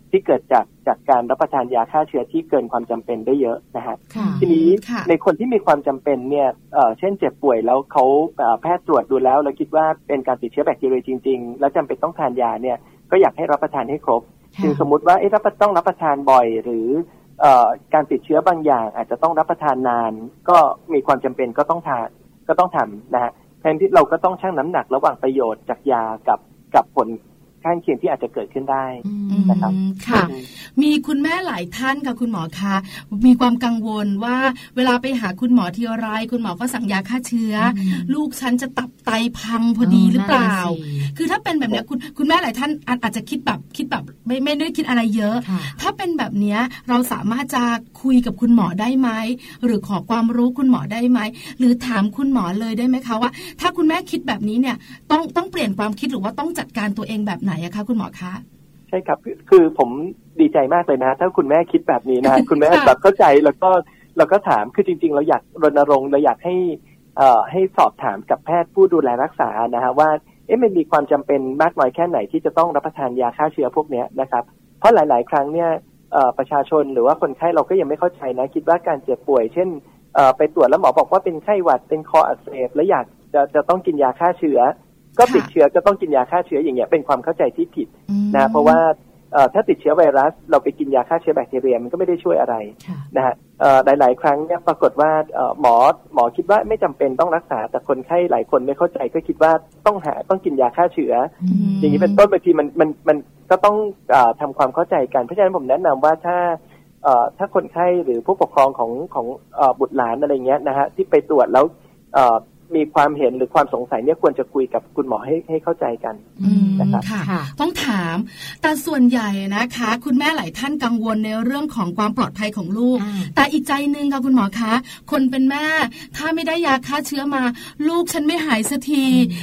ที่เกิดจากการรับประทานยาฆ่าเชื้อที่เกินความจำเป็นได้เยอะนะฮะทีนี้ในคนที่มีความจำเป็นเนี่ยเช่นเจ็บป่วยแล้วเขาแพทย์ตรวจดูแล้วคิดว่าเป็นการติดเชื้อแบคทีเรียจริงๆแล้วจำเป็นต้องทานยาเนี่ยก็อยากให้รับประทานให้ครบถึงสมมติว่าต้องรับประทานบ่อยหรือการติดเชื้อบางอย่างอาจจะต้องรับประทานนานก็มีความจำเป็นก็ต้องทำนะฮะแทนที่เราก็ต้องชั่งน้ำหนักระหว่างประโยชน์จากยากับผลข้างเคียงที่อาจจะเกิดขึ้นได้นะครับค่ะมีคุณแม่หลายท่านค่ะคุณหมอคะมีความกังวลว่าเวลาไปหาคุณหมอทีไรคุณหมอก็สั่งยาฆ่าเชื้อลูกฉันจะตับไตพังพอดีหรือเปล่าคือถ้าเป็นแบบนี้คุณแม่หลายท่านอาจจะคิดแบบไม่ได้คิดอะไรเยอะถ้าเป็นแบบนี้เราสามารถจะคุยกับคุณหมอได้ไหมหรือขอความรู้คุณหมอได้ไหมหรือถามคุณหมอเลยได้ไหมคะว่าถ้าคุณแม่คิดแบบนี้เนี่ยต้องเปลี่ยนความคิดหรือว่าต้องจัดการตัวเองแบบไหนอะคะคุณหมอคะใช่ครับคือผมดีใจมากเลยนะถ้าคุณแม่คิดแบบนี้นะ คุณแม่แบบเข้าใจแล้วก็ถามคือจริงๆเราอยากรณรงค์เราอยากให้สอบถามกับแพทย์ผู้ดูแลรักษานะฮะว่ามันมีความจำเป็นมากน้อยแค่ไหนที่จะต้องรับประทานยาฆ่าเชื้อพวกนี้นะครับเพราะหลายๆครั้งเนี่ยประชาชนหรือว่าคนไข้เราก็ยังไม่เข้าใจนะคิดว่าการเจ็บป่วยเช่นไปตรวจแล้วหมอบอกว่าเป็นไข้หวัดเป็นคออักเสบแล้วอยากจะต้องกินยาฆ่าเชื้อก็ติดเชื้อก็ต้องกินยาฆ่าเชื้ออย่างเงี้ยเป็นความเข้าใจที่ผิดนะเพราะว่าถ้าติดเชื้อไวรัสเราไปกินยาฆ่าเชื้อแบคทีเรียมันก็ไม่ได้ช่วยอะไรนะฮะหลายๆครั้งเนี่ยปรากฏว่าหมอคิดว่าไม่จำเป็นต้องรักษาแต่คนไข้หลายคนไม่เข้าใจก็คิดว่าต้องกินยาฆ่าเชื้ออย่างนี้เป็นต้นบางทีมันก็ต้องทำความเข้าใจกันเพราะฉะนั้นผมแนะนำว่าถ้าคนไข้หรือผู้ปกครองของบุตรหลานอะไรเงี้ยนะฮะที่ไปตรวจแล้วมีความเห็นหรือความสงสัยเนี่ยควรจะคุยกับคุณหมอให้เข้าใจกันนะครับต้องถามแต่ส่วนใหญ่นะคะคุณแม่หลายท่านกังวลในเรื่องของความปลอดภัยของลูกแต่อีกใจนึงค่ะคุณหมอคะคนเป็นแม่ถ้าไม่ได้ยาฆ่าเชื้อมาลูกฉันไม่หายสักที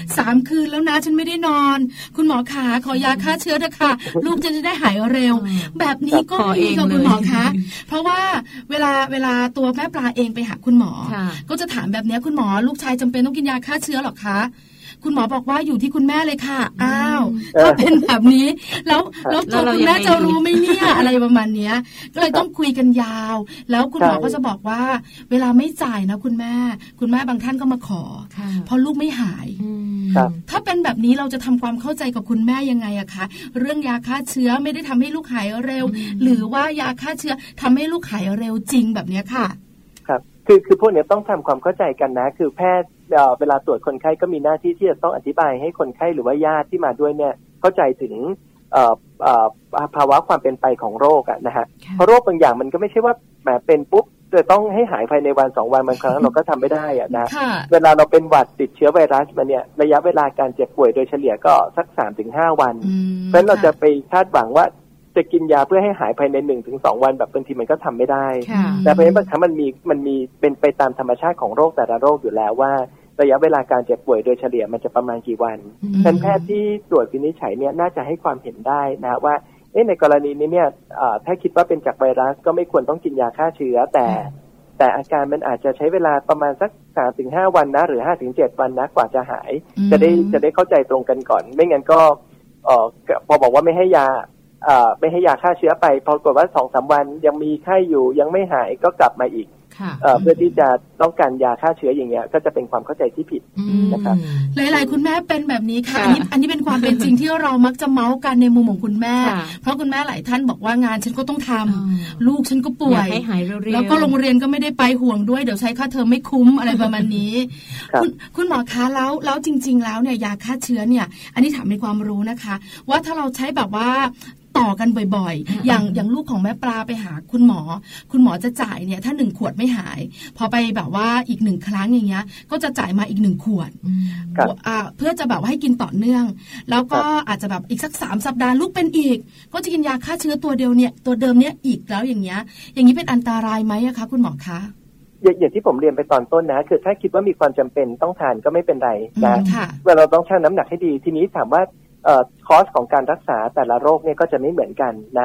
3 คืนแล้วนะฉันไม่ได้นอนคุณหมอคะขอยาฆ่าเชื้อเถอะค่ะลูกจะได้หายเร็วแบบนี้ก็มีค่ะคุณหมอคะเพราะว่าเวลาตัวแม่ปลาเองไปหาคุณหมอก็จะถามแบบนี้คุณหมอลูกชายจำเป็นต้องกินยาฆ่าเชื้อหรอคะคุณหมอบอกว่าอยู่ที่คุณแม่เลยค่ะอ้าวถ้าเป็นแบบนี้แล้วตัวคุณแม่จะรู้ไหมเนี่ยอะไรประมาณนี้ก็เลยต้องคุยกันยาวแล้วคุณหมอก็จะบอกว่าเวลาไม่จ่ายนะคุณแม่บางท่านก็มาขอเพราะลูกไม่หายถ้าเป็นแบบนี้เราจะทำความเข้าใจกับคุณแม่ยังไงอะคะเรื่องยาฆ่าเชื้อไม่ได้ทำให้ลูกหายเร็วหรือว่ายาฆ่าเชื้อทำให้ลูกหายเร็วจริงแบบนี้ค่ะครับคือพวกนี้ต้องทำความเข้าใจกันนะคือแพทย์เวลาตรวจคนไข้ก็มีหน้าที่ที่จะต้องอธิบายให้คนไข้หรือว่าญาติที่มาด้วยเนี่ยเข้าใจถึงภาวะความเป็นไปของโรคอะนะฮะเพราะโรคบางอย่างมันก็ไม่ใช่ว่าแบบเป็นปุ๊บจะต้องให้หายภายในวัน2 วันบางครั้งเราก็ทำไม่ได้อะนะเวลาเราเป็นหวัดติดเชื้อไวรัสมาเนี่ยระยะเวลาการเจ็บป่วยโดยเฉลี่ยก็สัก 3-5 วันเพราะฉะนั้นเราจะไปคาดหวังว่าจะกินยาเพื่อให้หายภายใน 1-2 วันแบบบางทีมันก็ทำไม่ได้แต่เพราะฉะนั้นบางครั้งมันมีเป็นไปตามธรรมชาติของโรคแต่ละโรคอยู่แล้วว่าระยะเวลาการเจ็บป่วยโดยเฉลี่ยมันจะประมาณกี่วันแพทย์ที่ตรวจวินิจฉัยเนี่ยน่าจะให้ความเห็นได้นะว่าในกรณีนี้เนี่ยถ้าคิดว่าเป็นจากไวรัสก็ไม่ควรต้องกินยาฆ่าเชื้อแต่อาการมันอาจจะใช้เวลาประมาณสัก 3-5 วันนะหรือ 5-7 วันนะกว่าจะหายจะได้เข้าใจตรงกันก่อนไม่งั้นก็พอบอกว่าไม่ให้ยาฆ่าเชื้อไปพอกฏว่า 2-3 วันยังมีไข้อยู่ยังไม่หายก็กลับมาอีกเพื่อที่จะต้องการยาฆ่าเชื้ออย่างเงี้ยก็จะเป็นความเข้าใจที่ผิดนะครับหลายๆคุณแม่เป็นแบบนี้ค่ะอันนี้เป็นความเป็นจริงที่เรามักจะเมาส์กันในมุมของคุณแม่เพราะคุณแม่หลายท่านบอกว่างานฉันก็ต้องทำลูกฉันก็ป่วยแล้วก็โรงเรียนก็ไม่ได้ไปห่วงด้วยเดี๋ยวใช้ค่าเทอมไม่คุ้มอะไรประมาณนี้คุณหมอคะแล้วจริงๆแล้วเนี่ยยาฆ่าเชื้อเนี่ยอันนี้ถามในความรู้นะคะว่าถ้าเราใช้แบบว่าต่อกันบ่อยๆอย่างลูกของแม่ปลาไปหาคุณหมอจะจ่ายเนี่ยถ้า1 ขวดไม่หายพอไปแบบว่าอีก1 ครั้งอย่างเงี้ยก็จะจ่ายมาอีก1 ขวดเพื่อจะแบบว่าให้กินต่อเนื่องแล้วก็อาจจะแบบอีกสัก3 สัปดาห์ลูกเป็นอีกก็จะกินยาฆ่าเชื้อตัวเดิมเนี่ยอีกแล้วอย่างนี้เป็นอันตรายไหมอะคะคุณหมอคะอย่างที่ผมเรียนไปตอนต้นนะคือถ้าคิดว่ามีความจำเป็นต้องทานก็ไม่เป็นไรนะเวลาเราต้องชั่งน้ำหนักให้ดีทีนี้ถามว่าคอสของการรักษาแต่ละโรคเนี่ยก็จะไม่เหมือนกันนะ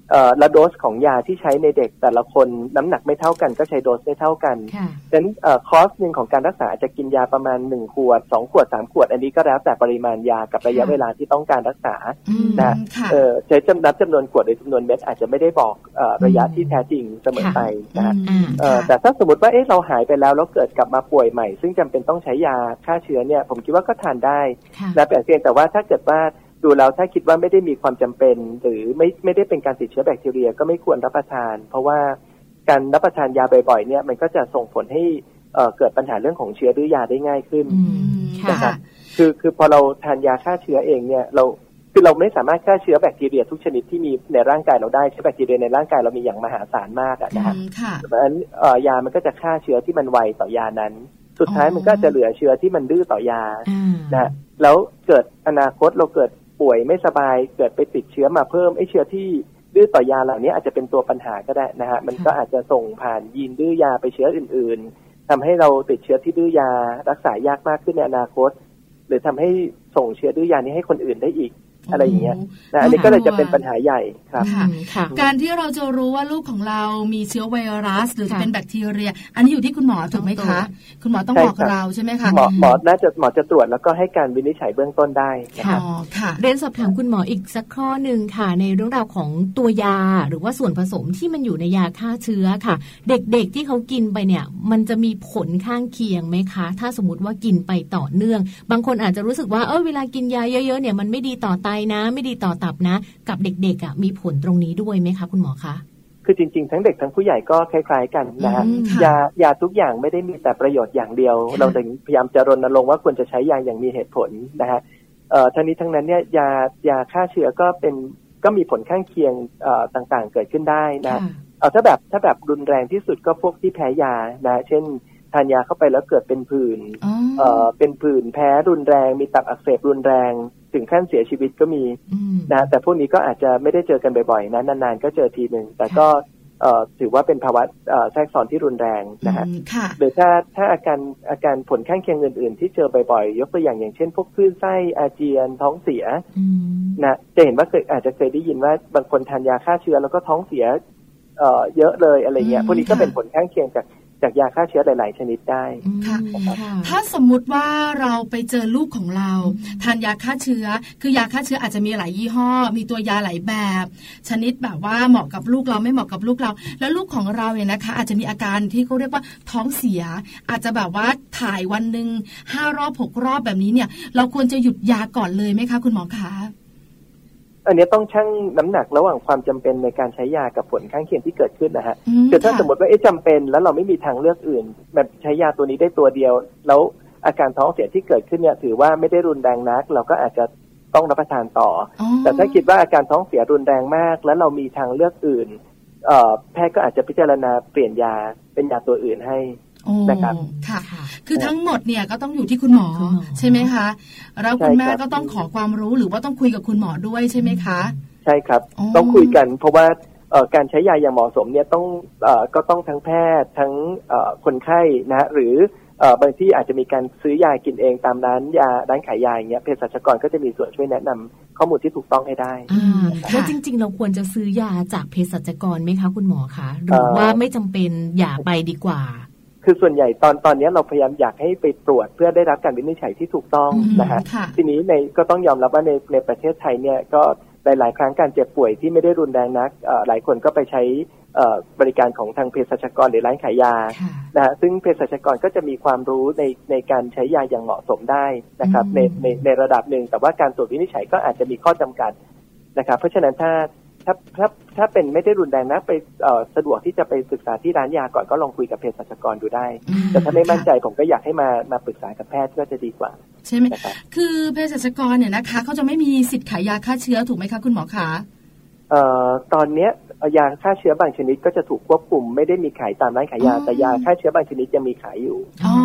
และโดสของยาที่ใช้ในเด็กแต่ละคนน้ำหนักไม่เท่ากันก็ใช้โดสไม่เท่ากันดังนั้นคอสนึงของการรักษาจะกินยาประมาณ1ขวด2ขวด3ขวดอันนี้ก็แล้วแต่ปริมาณยากับระยะเวลาที่ต้องการรักษานะใช้จำนวนขวดหรือจำนวนเม็ดอาจจะไม่ได้บอกระยะที่แท้จริงเสมอไปนะแต่ถ้าสมมติว่าเราหายไปแล้วเกิดกลับมาป่วยใหม่ซึ่งจำเป็นต้องใช้ยาฆ่าเชื้อเนี่ยผมคิดว่าก็ทานได้นะแต่เพียงแต่ว่าถ้าเกิดว่าดูแล้วถ้าคิดว่าไม่ได้มีความจำเป็นหรือไม่ได้เป็นการติดเชื้อแบคทีเรียก็ไม่ควรรับประทานเพราะว่าการรับประทานยาบ่อยๆเนี่ยมันก็จะส่งผลให้เกิดปัญหาเรื่องของเชื้อดื้อยาได้ง่ายขึ้นนะครับคือพอเราทานยาฆ่าเชื้อเองเนี่ยเราไม่สามารถฆ่าเชื้อแบคทีเรียทุกชนิดที่มีในร่างกายเราได้เชื้อแบคทีเรียในร่างกายเรามีอย่างมหาศาลมากนะฮะเพราะฉะนั้นยามันก็จะฆ่าเชื้อที่มันไวต่อยานั้นสุดท้ายมันก็จะเหลือเชื้อที่มันดื้อต่อยานะแล้วเกิดอนาคตเราเกิดป่วยไม่สบายเกิดไปติดเชื้อมาเพิ่มเชื้อที่ดื้อต่อยาเหล่านี้อาจจะเป็นตัวปัญหาก็ได้นะฮะมันก็อาจจะส่งผ่านยีนดื้อยาไปเชื้ออื่นๆทำให้เราติดเชื้อที่ดื้อยารักษายากมากขึ้นในอนาคตหรือทำให้ส่งเชื้อดื้อยานี้ให้คนอื่นได้อีกอะไรอย่างเงี้ยนะอันนี้ก็เลยจะเป็นปัญหาใหญ่ครับการที่เราจะรู้ว่าลูกของเรามีเชื้อไวรัสหรือจะเป็นแบคทีเรียอันนี้อยู่ที่คุณหมอถูกไหมคะคุณหมอต้องบอกเราใช่ไหมคะหมอจะตรวจแล้วก็ให้การวินิจฉัยเบื้องต้นได้ค่ะเรียนสอบถามคุณหมออีกสักข้อหนึ่งค่ะในเรื่องราวของตัวยาหรือว่าส่วนผสมที่มันอยู่ในยาฆ่าเชื้อค่ะเด็กๆที่เขากินไปเนี่ยมันจะมีผลข้างเคียงไหมคะถ้าสมมติว่ากินไปต่อเนื่องบางคนอาจจะรู้สึกว่าเวลากินยาเยอะๆเนี่ยมันไม่ดีต่อไตนะไม่ดีต่อตับนะกับเด็กๆมีผลตรงนี้ด้วยไหมคะคุณหมอคะคือจริงๆทั้งเด็กทั้งผู้ใหญ่ก็คล้ายๆกันนะฮะยาทุกอย่างไม่ได้มีแต่ประโยชน์อย่างเดียวเราถึงพยายามจะรณรงค์ว่าควรจะใช้ยาอย่างมีเหตุผลนะฮะทั้งนี้ทั้งนั้นเนี่ยยาฆ่าเชื้อก็มีผลข้างเคียงต่างๆเกิดขึ้นได้นะถ้าแบบรุนแรงที่สุดก็พวกที่แพ้ยานะเช่นทานยาเข้าไปแล้วเกิดเป็นผื่นเป็นผื่นแพ้รุนแรงมีตับอักเสบรุนแรงถึงขั้นเสียชีวิตก็มีนะแต่พวกนี้ก็อาจจะไม่ได้เจอกันบ่อยๆนะนานๆก็เจอทีนึงแต่ก็ถือว่าเป็นภาวะแทรกซ้อนที่รุนแรงนะฮะหรือถ้าอาการผลข้างเคียงอื่นๆที่เจอบ่อยๆยกตัวอย่างเช่นพวกคลื่นไส้อาเจียนท้องเสียนะจะเห็นว่าอาจจะเคยได้ยินว่าบางคนทานยาฆ่าเชื้อแล้วก็ท้องเสียเยอะเลยอะไรเงี้ยพวกนี้ก็เป็นผลข้างเคียงจากยาฆ่าเชื้อหลายๆชนิดได้ถ้าสมมุติว่าเราไปเจอลูกของเราทานยาฆ่าเชื้อคือยาฆ่าเชื้ออาจจะมีหลายยี่ห้อมีตัวยาหลายแบบชนิดแบบว่าเหมาะกับลูกเราไม่เหมาะกับลูกเราแล้วลูกของเราเนี่ยนะคะอาจจะมีอาการที่เขาเรียกว่าท้องเสียอาจจะแบบว่าถ่ายวันนึง5 รอบ6 รอบแบบนี้เนี่ยเราควรจะหยุดยาก่อนเลยไหมคะคุณหมอคะอันนี้ต้องชั่งน้ำหนักระหว่างความจำเป็นในการใช้ยากับผลข้างเคียงที่เกิดขึ้นนะฮะคือถ้าสมมติว่าจำเป็นแล้วเราไม่มีทางเลือกอื่นแบบใช้ยาตัวนี้ได้ตัวเดียวแล้วอาการท้องเสียที่เกิดขึ้นเนี่ยถือว่าไม่ได้รุนแรงนักเราก็อาจจะต้องรับประทานต่อแต่ถ้าคิดว่าอาการท้องเสียรุนแรงมากแล้วเรามีทางเลือกอื่นแพทย์ก็อาจจะพิจารณาเปลี่ยนยาเป็นยาตัวอื่นให้นะครับค่ะคือทั้งหมดเนี่ยก็ต้องอยู่ที่คุณหมอใช่ไหมคะแล้วคุณแม่ก็ต้องขอความรู้หรือว่าต้องคุยกับคุณหมอด้วยใช่ไหมคะใช่ครับต้องคุยกันเพราะว่าการใช้ยาอย่างเหมาะสมเนี่ยก็ต้องทั้งแพทย์ทั้งคนไข้นะหรือบางที่อาจจะมีการซื้อยากินเองตามร้านขายยาอย่างเงี้ยเภสัชกรก็จะมีส่วนช่วยแนะนำข้อมูลที่ถูกต้องให้ได้แล้วจริงๆเราควรจะซื้อยาจากเภสัชกรไหมคะคุณหมอคะหรือว่าไม่จำเป็นอย่าไปดีกว่าคือส่วนใหญ่ตอนนี้เราพยายามอยากให้ไปตรวจเพื่อได้รับการวินิจฉัยที่ถูกต้องนะฮะทีนี้ก็ต้องยอมรับว่าในประเทศไทยเนี่ยก็หลายครั้งการเจ็บป่วยที่ไม่ได้รุนแรงนักหลายคนก็ไปใช้บริการของทางเภสัชกรหรือร้านขายยานะฮะซึ่งเภสัชกรก็จะมีความรู้ในการใช้ยาอย่างเหมาะสมได้นะครับในระดับหนึ่งแต่ว่าการตรวจวินิจฉัยก็อาจจะมีข้อจำกัดนะครับเพราะฉะนั้นถ้าเป็นไม่ได้รุนแรงนะไปสะดวกที่จะไปศึกษาที่ร้านยาก่อนก็ลองคุยกับเภสัชกรดูได้แต่ถ้าไม่มั่นใจผมก็อยากให้มาปรึกษากับแพทย์ก็จะดีกว่าใช่ไหมคือเภสัชกรเนี่ยนะคะเขาจะไม่มีสิทธิ์ขายยาฆ่าเชื้อถูกไหมคะคุณหมอคะตอนเนี้ยยาฆ่าเชื้อบางชนิดก็จะถูกควบคุมไม่ได้มีขายตามร้านขายยาแต่ยาฆ่าเชื้อบางชนิดยังมีขายอยู่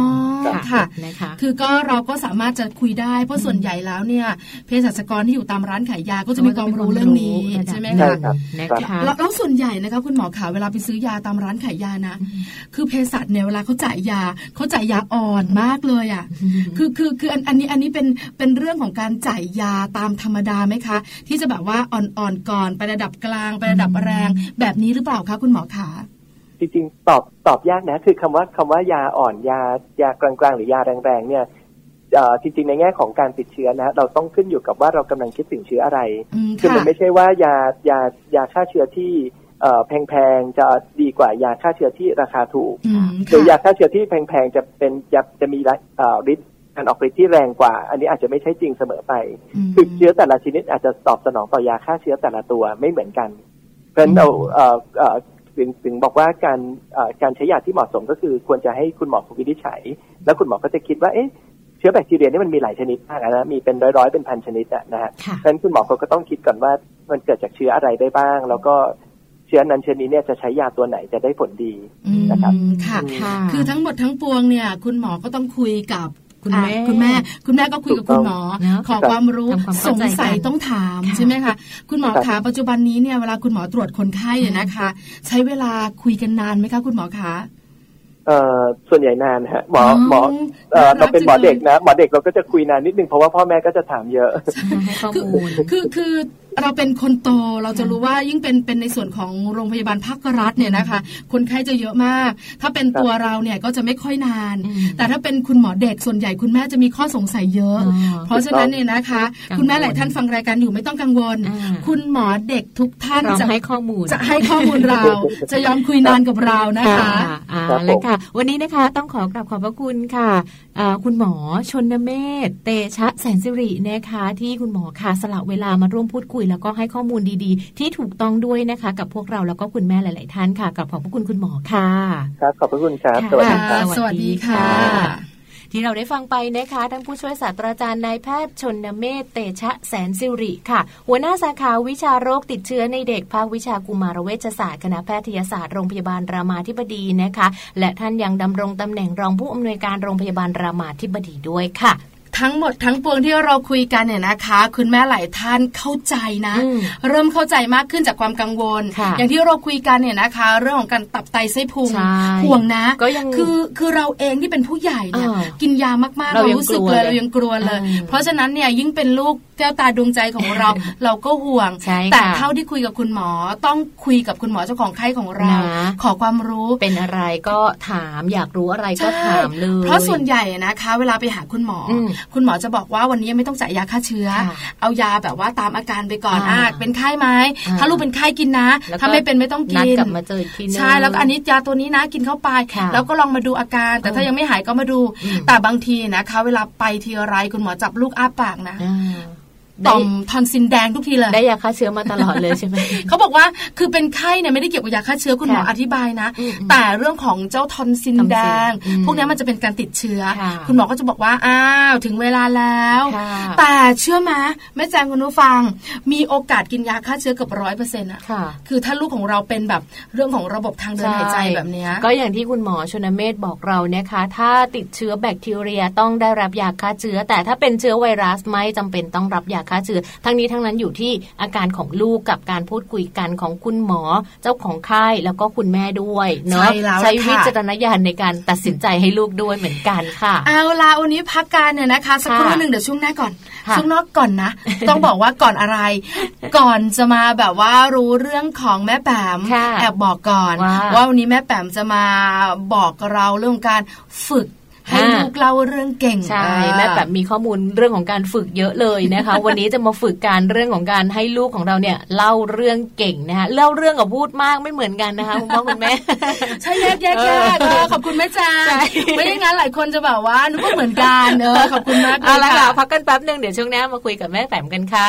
ค่ะนะคะคือก็เราก็สามารถจะคุยได้เพราะส่วนใหญ่แล้วเนี่ยเภสัชกรที่อยู่ตามร้านขายยาก็จะมีความรู้เรื่องนี้ใช่ไหมคะนะคะแล้วส่วนใหญ่นะคะคุณหมอขาเวลาไปซื้อยาตามร้านขายยานะคือเภสัชเนี่ยเวลาเขาจ่ายยาอ่อนมากเลยอ่ะคืออันนี้เป็นเรื่องของการจ่ายยาตามธรรมดาไหมคะที่จะแบบว่าอ่อนก่อนไประดับกลางไประดับแรงแบบนี้หรือเปล่าคะคุณหมอขาจริงๆตอบยากนะคือคำว่ายาอ่อนยากลางๆหรือยาแรงๆเนี่ยจริงๆในแง่ของการติดเชื้อนะเราต้องขึ้นอยู่กับว่าเรากำลังคิดถึงเชื้ออะไรคือมันไม่ใช่ว่ายาฆ่าเชื้อที่แพงๆจะดีกว่ายาฆ่าเชื้อที่ราคาถูกหรือยาฆ่าเชื้อที่แพงๆจะมีฤทธิ์การออกฤทธิ์ที่แรงกว่าอันนี้อาจจะไม่ใช่จริงเสมอไปคือเชื้อแต่ละชนิดอาจจะตอบสนองต่อยาฆ่าเชื้อแต่ละตัวไม่เหมือนกันเพราะฉะนั้นเราถึงบอกว่าการใช้ยาที่เหมาะสมก็คือควรจะให้คุณหมอวินิจฉัยแล้วคุณหมอก็จะคิดว่าเชื้อแบคทีเรียนี่มันมีหลายชนิดมากนะมีเป็นร้อยเป็นพันชนิดนะฮะเพราะฉะนั้นคุณหมอก็ต้องคิดก่อนว่ามันเกิดจากเชื้ออะไรได้บ้างแล้วก็เชื้อนั้นเชื้อนี้เนี่ยจะใช้ยาตัวไหนจะได้ผลดีนะครับค่ะคือทั้งหมดทั้งปวงเนี่ยคุณหมอก็ต้องคุยกับคุณแม่ก็คุยกับคุณหมอขอความรู้สงสัยต้องถามใช่ไหมคะคุณหมอคะปัจจุบันนี้เนี่ยเวลาคุณหมอตรวจคนไข้เนี่ยนะคะใช้เวลาคุยกันนานไหมคะคุณหมอคะส่วนใหญ่นานฮะหมอเราเป็นหมอเด็กนะหมอเด็กเราก็จะคุยนานนิดนึงเพราะว่าพ่อแม่ก็จะถามเยอะคือเราเป็นคนโตเราจะรู้ว่ายิ่งเป็นในส่วนของโรงพยาบาลภาครัฐเนี่ยนะคะคนไข้จะเยอะมากถ้าเป็นตัวเราเนี่ยก็จะไม่ค่อยนานแต่ถ้าเป็นคุณหมอเด็กส่วนใหญ่คุณแม่จะมีข้อสงสัยเยอะเพราะฉะนั้นเนี่ยนะคะคุณแม่หลายท่านฟังรายการอยู่ไม่ต้องกังวลคุณหมอเด็กทุกท่านจะให้ข้อมูลเราจะยอมคุยนานกับเรานะคะเลยค่ะวันนี้นะคะต้องขอกราบขอบพระคุณค่ะคุณหมอชนเมธเตชะแสนสิรินะคะที่คุณหมอค่ะสละเวลามาร่วมพูดคุยแล้วก็ให้ข้อมูลดีๆที่ถูกต้องด้วยนะคะกับพวกเราแล้วก็คุณแม่หลายๆท่านค่ะกับขอบพระคุณคุณหมอค่ะครับขอบพระคุณครับสวัสดีค่ะสวัสดีค่ะที่เราได้ฟังไปนะคะทั้งผู้ช่วยศาสตราจารย์นายแพทย์ชนเมธเตชะแสนสิริค่ะหัวหน้าสาขาวิชาโรคติดเชื้อในเด็กภาควิชากุมารเวชศาสตร์คณะแพทยศาสตร์โรงพยาบาลรามาธิบดีนะคะและท่านยังดำรงตำแหน่งรองผู้อำนวยการโรงพยาบาลรามาธิบดีด้วยค่ะทั้งหมดทั้งปวงที่เราคุยกันเนี่ยนะคะคุณแม่หลายท่านเข้าใจนะเริ่มเข้าใจมากขึ้นจากความกังวลอย่างที่เราคุยกันเนี่ยนะคะเรื่องของการตับไตไส้พุงห่วงนะคือเราเองที่เป็นผู้ใหญ่เนี่ยกินยามากๆเรารู้สึกเลยเรายังกลัวเลยเพราะฉะนั้นเนี่ยยิ่งเป็นลูกแก้วตาดวงใจของเราเราก็ห่วงแต่เท่าที่คุยกับคุณหมอต้องคุยกับคุณหมอเจ้าของไข้ของเราขอความรู้เป็นอะไรก็ถามอยากรู้อะไรก็ถามเลยเพราะส่วนใหญ่นะคะเวลาไปหาคุณหมอจะบอกว่าวันนี้ไม่ต้องจ่ายยาฆ่าเชื้อเอายาแบบว่าตามอาการไปก่อนเป็นไข้ไหมถ้าลูกเป็นไข้กินนะถ้าไม่เป็นไม่ต้องกินกลับมาเจออีกทีนึงใช่แล้วก็อันนี้ยาตัวนี้นะกินเข้าไปแล้วก็ลองมาดูอาการแต่ถ้ายังไม่หายก็มาดูแต่บางทีนะคะเวลาไปทีไรคุณหมอจับลูกอ้าปากนะต่อมทอนซิลแดงทุกทีเลยได้ยาฆ่าเชื้อมาตลอดเลยใช่ไหมเขาบอกว่าคือเป็นไข้เนี่ยไม่ได้เกี่ยวกับยาฆ่าเชื้อคุณหมออธิบายนะแต่เรื่องของเจ้าทอนซิลแดงพวกนี้มันจะเป็นการติดเชื้อคุณหมอก็จะบอกว่าอ้าวถึงเวลาแล้วแต่เชื่อไหมแม่แจงคุณผู้ฟังมีโอกาสกินยาฆ่าเชื้อเกือบ 100% อ่ะคือถ้าลูกของเราเป็นแบบเรื่องของระบบทางเดินหายใจแบบนี้ก็อย่างที่คุณหมอชนเมธบอกเรานะคะถ้าติดเชื้อแบคทีเรียต้องได้รับยาฆ่าเชื้อแต่ถ้าเป็นเชื้อไวรัสไม่จำเป็นต้องรับยาฆ่าเชื้อทั้งนี้ทั้งนั้นอยู่ที่อาการของลูกกับการพูดคุยกันของคุณหมอเจ้าของไข้แล้วก็คุณแม่ด้วยเนาะใช้วิจารณญาณในการตัดสินใจให้ลูกด้วยเหมือนกันค่ะเอาล่ะวันนี้พักกันเนี่ยนะคะสักครู่นึงเดี๋ยวช่วงหน้าก่อนช่วงนอกก่อนนะต้องบอกว่าก่อนอะไรก่อนจะมาแบบว่ารู้เรื่องของแม่แปมแอบบอกก่อนว่าวันนี้แม่แปมจะมาบอกเราเรื่องการฝึกให้ลูกเล่าเรื่องเก่งใช่แม่แบบมีข้อมูลเรื่องของการฝึกเยอะเลยนะคะ วันนี้จะมาฝึกการเรื่องของการให้ลูกของเราเนี่ยเล่าเรื่องเก่งนะคะเล่าเรื่องกับพูดมากไม่เหมือนกันนะคะคุณพ่อคุณแม่ใช่แยกขอบคุณแม่จ้าไม่อย่างนั้นหลายคนจะแบบว่านึกว่าเหมือนกันขอบคุณมากเอาละค่ะพักกันแป๊บนึงเดี๋ยวช่วงหน้ามาคุยกับแม่แปมกันค่ะ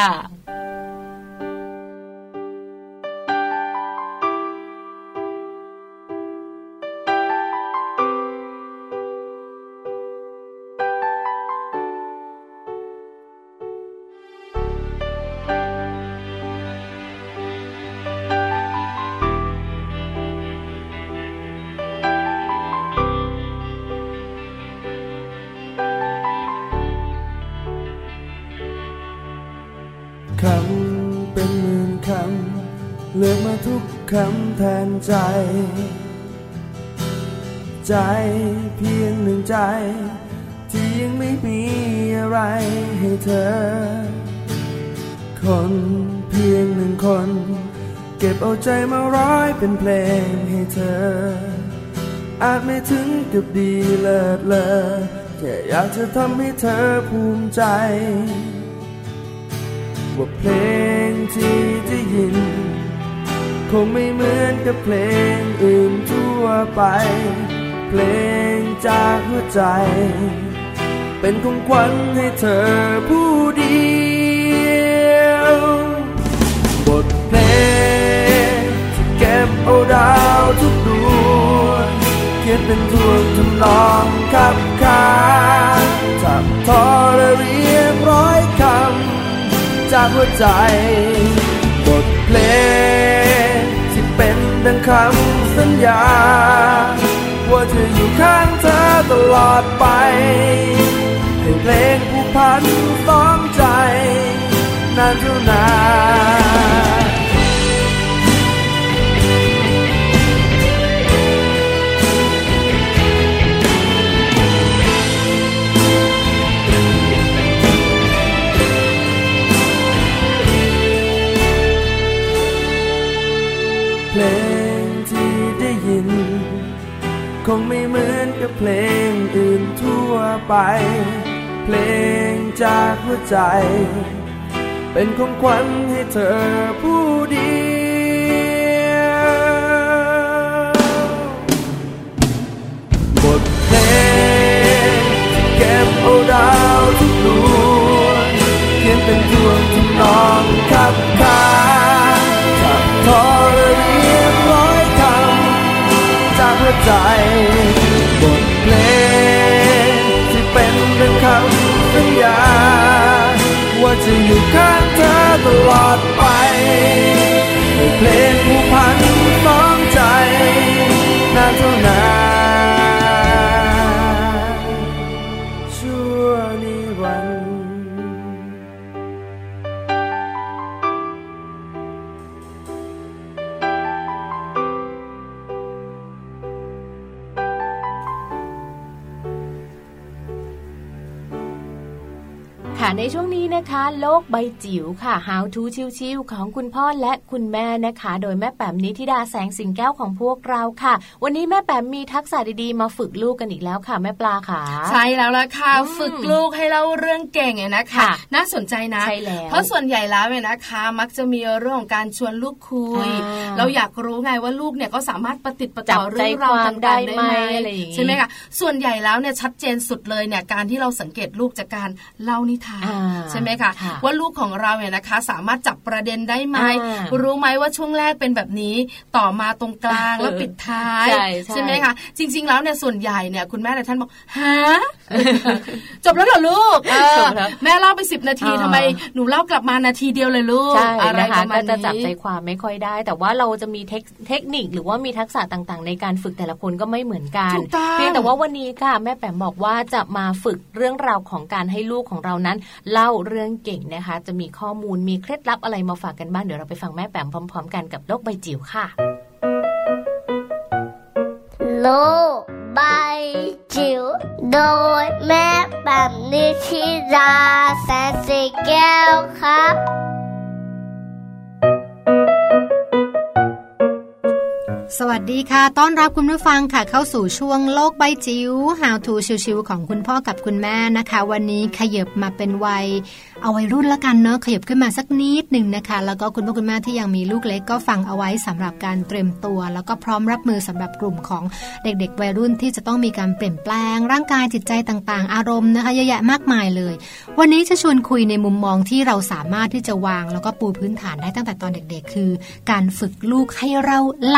คำเป็นหมื่นคำเลือกมาทุกคำแทนใจเพียงหนึ่งใจที่ยังไม่มีอะไรให้เธอคนเพียงหนึ่งคนเก็บเอาใจมาร้อยเป็นเพลงให้เธออาจไม่ถึงกับดีเลิศเลอแค่อยากจะทำให้เธอภูมิใจว่าเพลงที่ได้ยินคงไม่เหมือนกับเพลงอื่นทั่วไปเพลงจากหัวใจเป็นของขวัญให้เธอผู้เดียวบทเพลงที่เก็บเอาดาวทุกดวงเขียนเป็นท่วงทำนองขับขาจับทอและเรียงร้อยคำจากหัวใจบทเพลงที่เป็นดังคำสัญญาว่าจะอยู่ข้างเธอตลอดไปให้เพลงผูกพันซ้อมใจนานเท่านานเพลงที่ได้ยินคงไม่เหมือนกับเพลงอื่นทั่วไปเพลงจากหัวใจเป็นของขวัญให้เธอผู้เดียวบทเพลงที่เก็บเอาดาวทุกดวงเขียนเป็นท่วงทำนองขับขาจับทอและเรียงร้อยคำจากหัวใจบทเพลงที่เป็นดังคำสัญญาว่าจะอยู่ข้างเธอตลอดไปให้เพลงผูกพันซ้อมใจนานเท่านานชั่วนิรันดร์ในช่วงนี้นะคะโลกใบจิ๋วค่ะ How to ชิวๆของคุณพ่อและคุณแม่นะคะโดยแม่แป๋มนิธิดาแสงสิงแก้วของพวกเราค่ะวันนี้แม่แป๋มมีทักษะดีๆมาฝึกลูกกันอีกแล้วค่ะแม่ปลาค่ะใช่แล้วล่ะค่ะฝึกลูกให้เล่าเรื่องเก่งเนี่ยนะคะน่าสนใจนะใช่แล้วเพราะส่วนใหญ่แล้วเนี่ยนะคะมักจะมีเรื่องของการชวนลูกคุยเราอยากรู้ไงว่าลูกเนี่ยก็สามารถประติดประต่อเรื่องราวต่างๆได้ไหมใช่ไหมคะส่วนใหญ่แล้วเนี่ยชัดเจนสุดเลยเนี่ยการที่เราสังเกตลูกจากการเล่านิทานใช่ไหมคะว่าลูกของเราเนี่ยนะคะสามารถจับประเด็นได้ไหมรู้ไหมว่าช่วงแรกเป็นแบบนี้ต่อมาตรงกลางแล้วปิดท้ายใช่ไหมคะจริงๆแล้วเนี่ยส่วนใหญ่เนี่ยคุณแม่หลายท่านบอกฮะ จบแล้วเหรอลูกแม่เล่าไป10 นาทีทำไมหนูเล่ากลับมานาทีเดียวเลยลูกอะไรประมาณนี้ก็จะจับใจความไม่ค่อยได้แต่ว่าเราจะมีเทคนิคหรือว่ามีทักษะต่างๆในการฝึกแต่ละคนก็ไม่เหมือนกันเพียงแต่ว่าวันนี้ค่ะแม่แป๋มบอกว่าจะมาฝึกเรื่องราวของการให้ลูกของเรานั้นเล่าเรื่องเก่งนะคะจะมีข้อมูลมีเคล็ดลับอะไรมาฝากกันบ้างเดี๋ยวเราไปฟังแม่แป๋มพร้อมๆกันกับโลกใบจิ๋วค่ะโลกใบจิ๋วโดยแม่แป๋มนิธิดาแสนสีแก้วครับสวัสดีค่ะต้อนรับคุณผู้ฟังค่ะเข้าสู่ช่วงโลกใบจิ๋ว How to ชิวๆของคุณพ่อกับคุณแม่นะคะวันนี้ขยับมาเป็นวัยรุ่นละกันเนาะขยับขึ้นมาสักนิดนึงนะคะแล้วก็คุณพ่อคุณแม่ที่ยังมีลูกเล็กก็ฟังเอาไว้สำหรับการเตรียมตัวแล้วก็พร้อมรับมือสำหรับกลุ่มของเด็กๆวัยรุ่นที่จะต้องมีการเปลี่ยนแปลงร่างกายจิตใจต่างๆอารมณ์นะคะเยอะแยะมากมายเลยวันนี้จะชวนคุยในมุมมองที่เราสามารถที่จะวางแล้วก็ปูพื้นฐานได้ตั้งแต่ตอนเด็กๆคือการฝึกลูกให้เราเล่าเรื่อง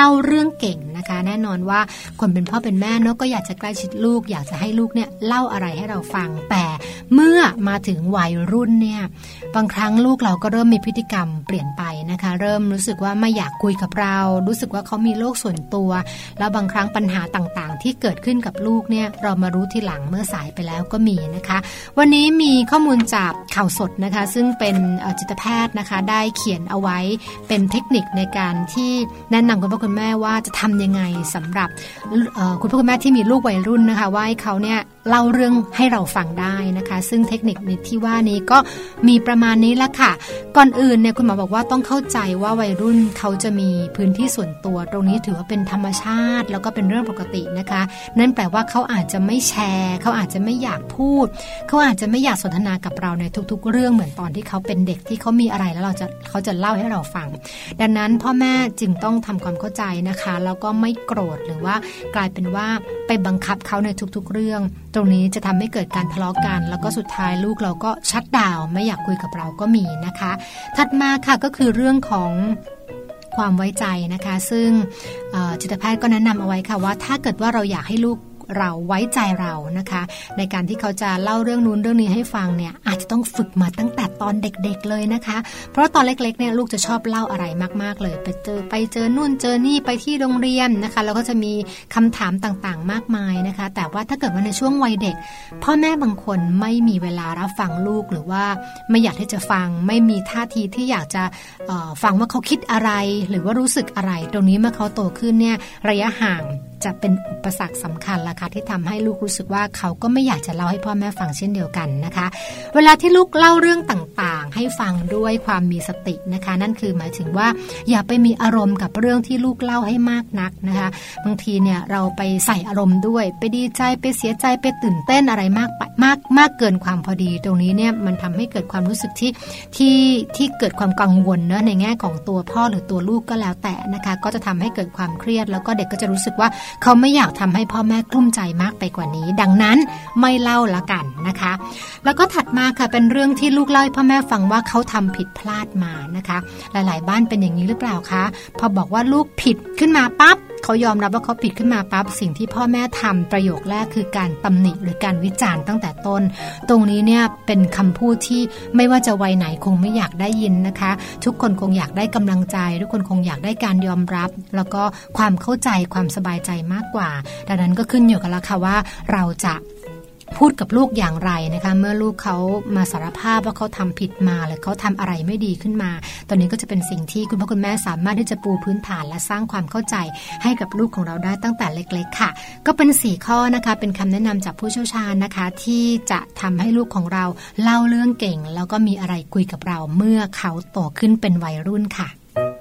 รื่องเก่งนะคะแน่นอนว่าคนเป็นพ่อเป็นแม่เนาะก็อยากจะใกล้ชิดลูกอยากจะให้ลูกเนี่ยเล่าอะไรให้เราฟังแต่เมื่อมาถึงวัยรุ่นเนี่ยบางครั้งลูกเราก็เริ่มมีพฤติกรรมเปลี่ยนไปนะคะเริ่มรู้สึกว่าไม่อยากคุยกับเรารู้สึกว่าเขามีโลกส่วนตัวแล้วบางครั้งปัญหาต่างๆที่เกิดขึ้นกับลูกเนี่ยเรามารู้ทีหลังเมื่อสายไปแล้วก็มีนะคะวันนี้มีข้อมูลจากข่าวสดนะคะซึ่งเป็นจิตแพทย์นะคะได้เขียนเอาไว้เป็นเทคนิคในการที่แนะนำคุณพ่อคุณแม่ว่าจะทำยังไงสำหรับคุณพ่อคุณแม่ที่มีลูกวัยรุ่นนะคะว่าให้เขาเนี่ยเล่าเรื่องให้เราฟังได้นะคะซึ่งเทคนิคที่ว่านี้ก็มีประมาณนี้ละค่ะก่อนอื่นเนี่ยคุณหมอบอกว่าต้องเข้าใจว่าวัยรุ่นเขาจะมีพื้นที่ส่วนตัวตรงนี้ถือว่าเป็นธรรมชาติแล้วก็เป็นเรื่องปกตินะคะนั่นแปลว่าเขาอาจจะไม่แชร์เขาอาจจะไม่อยากพูดเขาอาจจะไม่อยากสนทนากับเราในทุกๆเรื่องเหมือนตอนที่เขาเป็นเด็กที่เขามีอะไรแล้วเขาจะเล่าให้เราฟังดังนั้นพ่อแม่จึงต้องทำความเข้าใจนะคะแล้วก็ไม่โกรธหรือว่ากลายเป็นว่าไปบังคับเขาในทุกๆเรื่องตรงนี้จะทำให้เกิดการทะเลาะกันแล้วก็สุดท้ายลูกเราก็ชัตดาวน์ไม่อยากคุยกับเราก็มีนะคะถัดมาค่ะก็คือเรื่องของความไว้ใจนะคะซึ่งจิตแพทย์ก็แนะนำเอาไว้ค่ะว่าถ้าเกิดว่าเราอยากให้ลูกเราไว้ใจเรานะคะในการที่เขาจะเล่าเรื่องนู้นเรื่องนี้ให้ฟังเนี่ยอาจจะต้องฝึกมาตั้งแต่ตอนเด็กๆเลยนะคะเพราะตอนเล็กๆเนี่ยลูกจะชอบเล่าอะไรมากๆเลยไปเจอนู่นเจอนี่ไปที่โรงเรียนนะคะแล้วก็จะมีคำถามต่างๆมากมายนะคะแต่ว่าถ้าเกิดว่าในช่วงวัยเด็กพ่อแม่บางคนไม่มีเวลารับฟังลูกหรือว่าไม่อยากที่จะฟังไม่มีท่าทีที่อยากจะฟังว่าเขาคิดอะไรหรือว่ารู้สึกอะไรตรงนี้เมื่อเขาโตขึ้นเนี่ยระยะห่างจะเป็นอุปสรรคสำคัญละค่ะที่ทำให้ลูกรู้สึกว่าเขาก็ไม่อยากจะเล่าให้พ่อแม่ฟังเช่นเดียวกันนะคะเวลาที่ลูกเล่าเรื่องต่างๆให้ฟังด้วยความมีสตินะคะนั่นคือหมายถึงว่าอย่าไปมีอารมณ์กับเรื่องที่ลูกเล่าให้มากนักนะคะบางทีเนี่ยเราไปใส่อารมณ์ด้วยไปดีใจไปเสียใจไปตื่นเต้นอะไรมากเกินความพอดีตรงนี้เนี่ยมันทำให้เกิดความรู้สึกที่เกิดความกังวลเนอะในแง่ของตัวพ่อหรือตัวลูกก็แล้วแต่นะคะก็จะทำให้เกิดความเครียดแล้วก็เด็กก็จะรู้สึกว่าเขาไม่อยากทำให้พ่อแม่กลุ้มใจมากไปกว่านี้ดังนั้นไม่เล่าละกันนะคะแล้วก็ถัดมาค่ะเป็นเรื่องที่ลูกเล่าให้พ่อแม่ฟังว่าเขาทำผิดพลาดมานะคะหลายๆบ้านเป็นอย่างนี้หรือเปล่าคะพอบอกว่าลูกผิดขึ้นมาปั๊บเขายอมรับว่าเขาผิดขึ้นมาปั๊บสิ่งที่พ่อแม่ทำประโยคแรกคือการตำหนิหรือการวิจารณ์ตั้งแต่ต้นตรงนี้เนี่ยเป็นคำพูดที่ไม่ว่าจะวัยไหนคงไม่อยากได้ยินนะคะทุกคนคงอยากได้กำลังใจทุกคนคงอยากได้การยอมรับแล้วก็ความเข้าใจความสบายใจมากกว่าดังนั้นก็ขึ้นอยู่กับเราค่ะว่าเราจะพูดกับลูกอย่างไรนะคะเมื่อลูกเขามาสารภาพว่าเขาทำผิดมาหรือเขาทำอะไรไม่ดีขึ้นมาตอนนี้ก็จะเป็นสิ่งที่คุณพ่อคุณแม่สามารถที่จะปูพื้นฐานและสร้างความเข้าใจให้กับลูกของเราได้ตั้งแต่เล็กๆค่ะก็เป็น4ข้อนะคะเป็นคำแนะนำจากผู้เชี่ยวชาญนะคะที่จะทำให้ลูกของเราเล่าเรื่องเก่งแล้วก็มีอะไรคุยกับเราเมื่อเขาโตขึ้นเป็นวัยรุ่นค่ะ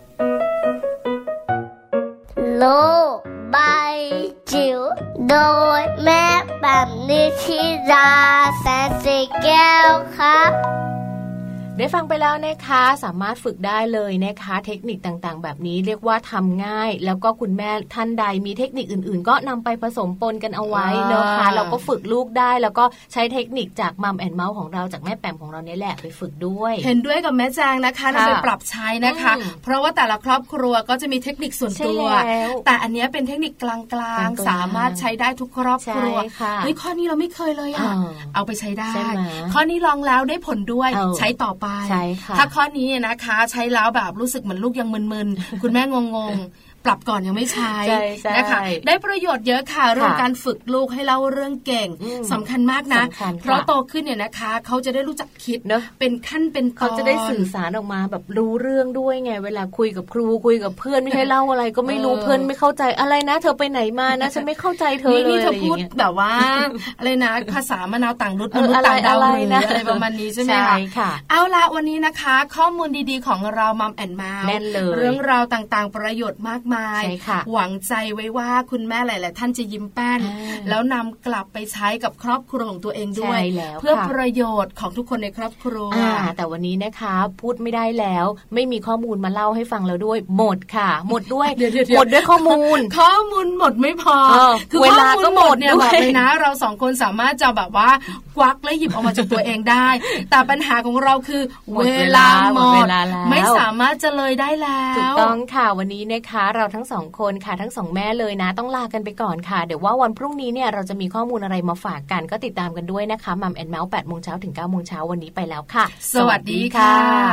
โลกใบจิ๋วโดยแม่แบบนิชิราแสนสีแก้วครับได้ฟังไปแล้วนะคะสามารถฝึกได้เลยนะคะเทคนิคต่างๆแบบนี้เรียกว่าทำง่ายแล้วก็คุณแม่ท่านใดมีเทคนิคอื่นๆก็นำไปผสมปนกันเอาไว้นะคะเราก็ฝึกลูกได้แล้วก็ใช้เทคนิคจากมัมแอนด์เมาส์ของเราจากแม่แปมของเราเนี่ยแหละไปฝึกด้วยเห็นด้วยกับแม่แจงนะคะนำไปปรับใช้นะคะเพราะว่าแต่ละครอบครัวก็จะมีเทคนิคส่วนตัวแต่อันนี้เป็นเทคนิคกลางๆสามารถใช้ได้ทุกครอบครัวเฮ้ยข้อนี้เราไม่เคยเลยอ่ะเอาไปใช้ได้ข้อนี้ลองแล้วได้ผลด้วยใช้ต่อไปถ้าข้อนี้นะคะใช้แล้วแบบรู้สึกเหมือนลูกยังมึนๆคุณแม่งงปรับก่อนยังไม่ใช้นะคะได้ประโยชน์เยอะค่ะเรื่องการฝึกลูกให้เล่าเรื่องเก่งสำคัญมากนะเพราะโตขึ้นเนี่ยนะคะเขาจะได้รู้จักคิดเป็นขั้นเป็นตอนเขาจะได้สื่อสารออกมาแบบรู้เรื่องด้วยไงเวลาคุยกับครูคุยกับเพื่อนไม่ใช่เล่าอะไรก็ไม่รู้เพื่อนไม่เข้าใจอะไรนะเธอไปไหนมานะฉันไม่เข้าใจเธอเลยนี่เธอพูดแบบว่าอะไรนะภาษามะนาวต่างรุ่นมนุษย์ต่างดาวอะไรประมาณนี้ใช่ไหมคะเอาละวันนี้นะคะข้อมูลดีๆของเรามัมแอนด์เมาส์เรื่องราวต่างๆประโยชน์มากมายหวังใจไว้ว่าคุณแม่หลายๆท่านจะยิ้มแป้นแล้วนำกลับไปใช้กับครอบครัวของตัวเองด้วยเพื่อประโยชน์ของทุกคนในครอบครัวแต่วันนี้นะคะพูดไม่ได้แล้วไม่มีข้อมูลมาเล่าให้ฟังแล้วด้วยหมดค่ะหมดด้วยหมดด้วยข้อมูลหมดไม่พอคือเวลาก็หมดเนี่ยบอกเลยนะเราสองคนสามารถจะแบบว่ากวักและหยิบออกมาจากตัวเองได้แต่ปัญหาของเราคือเวลาหมดไม่สามารถจะเลยได้แล้วถูกต้องค่ะวันนี้นะคะเราทั้งสองคนค่ะทั้งสองแม่เลยนะต้องลากันไปก่อนค่ะเดี๋ยวว่าวันพรุ่งนี้เนี่ยเราจะมีข้อมูลอะไรมาฝากกันก็ติดตามกันด้วยนะคะมัมแอนด์เมาส์ 8 โมงเช้าถึง 9 โมงเช้าวันนี้ไปแล้วค่ะสวัสดีค่ะ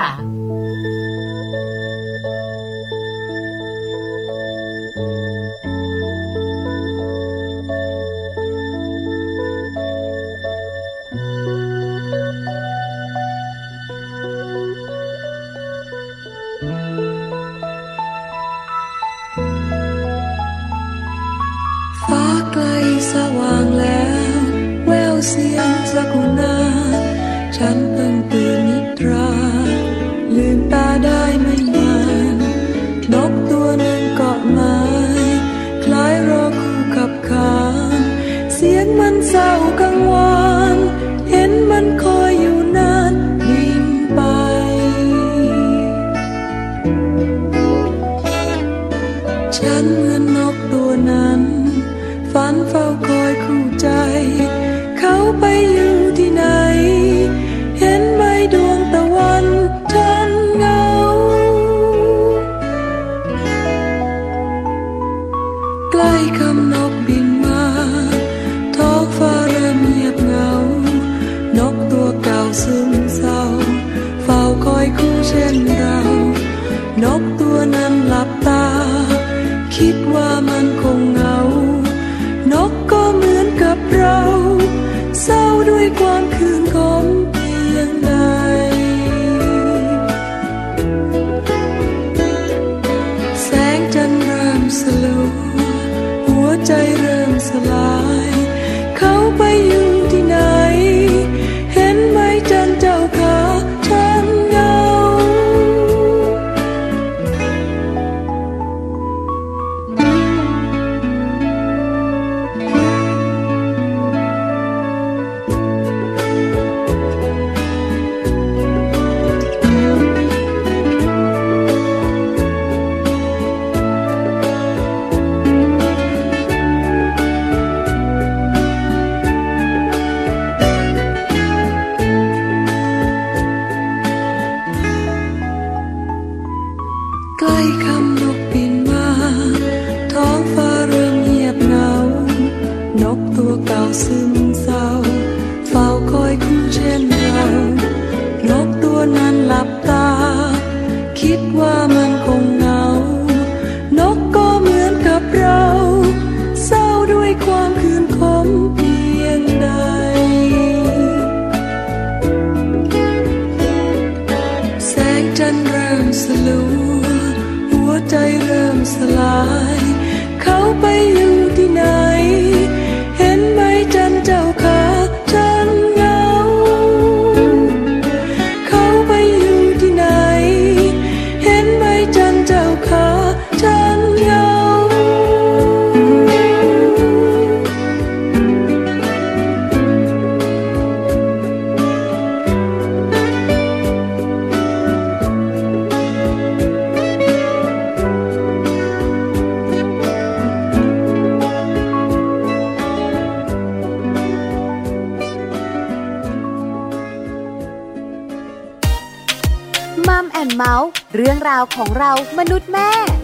สว่างแล้วแววเสียงสกุณาฉันเพิ่งตื่นนิทราลืมตาได้ไม่นานนกตัวหนึ่งเกาะไม้คล้ายรอคู่กับคางเสียงมันเศร้ากังวานเห็นมันคอยอยู่นานบินไปฉันเหมือนนกตัวนั้นฝันเฝ้าคอยคู่ใจเขาไปอยู่ที่ไหนเห็นไหมดวงตะวันฉันเหงาใกล้คำนกบินมาท้องฟ้าเริ่มเงียบเหงานกตัวเก่าซึมเศร้าเฝ้าคอยคู่เช่นเรานกตัวนั้นหลับตาคิดว่ามันคงเหงานกก็เหมือนกับเราเศร้าด้วยความคืนคมเพียงใดแสงจันทร์เริ่มสลัวหัวใจเริ่มสลายเขาไปอยู่ที่ไหนเห็นไหมจันเจ้าขาฉันเหงาซึมเศร้าเฝ้าคอยคู่เช่นเรานกตัวนั้นหลับตาคิดว่ามันคงเหงานกก็เหมือนกับเราเศร้าด้วยความคืนคมเพียงใดแสงจันทร์เริ่มสลัวหัวใจเริ่มสลายเขาไปอยู่ที่ไหนเห็นไหมจันเจ้าขาฉันเหงาเขาไปอยู่ที่ไหนเห็นไหมจันเจ้าขาฉันเหงามัมแอนด์เมาส์เรื่องราวของเรามนุษย์แม่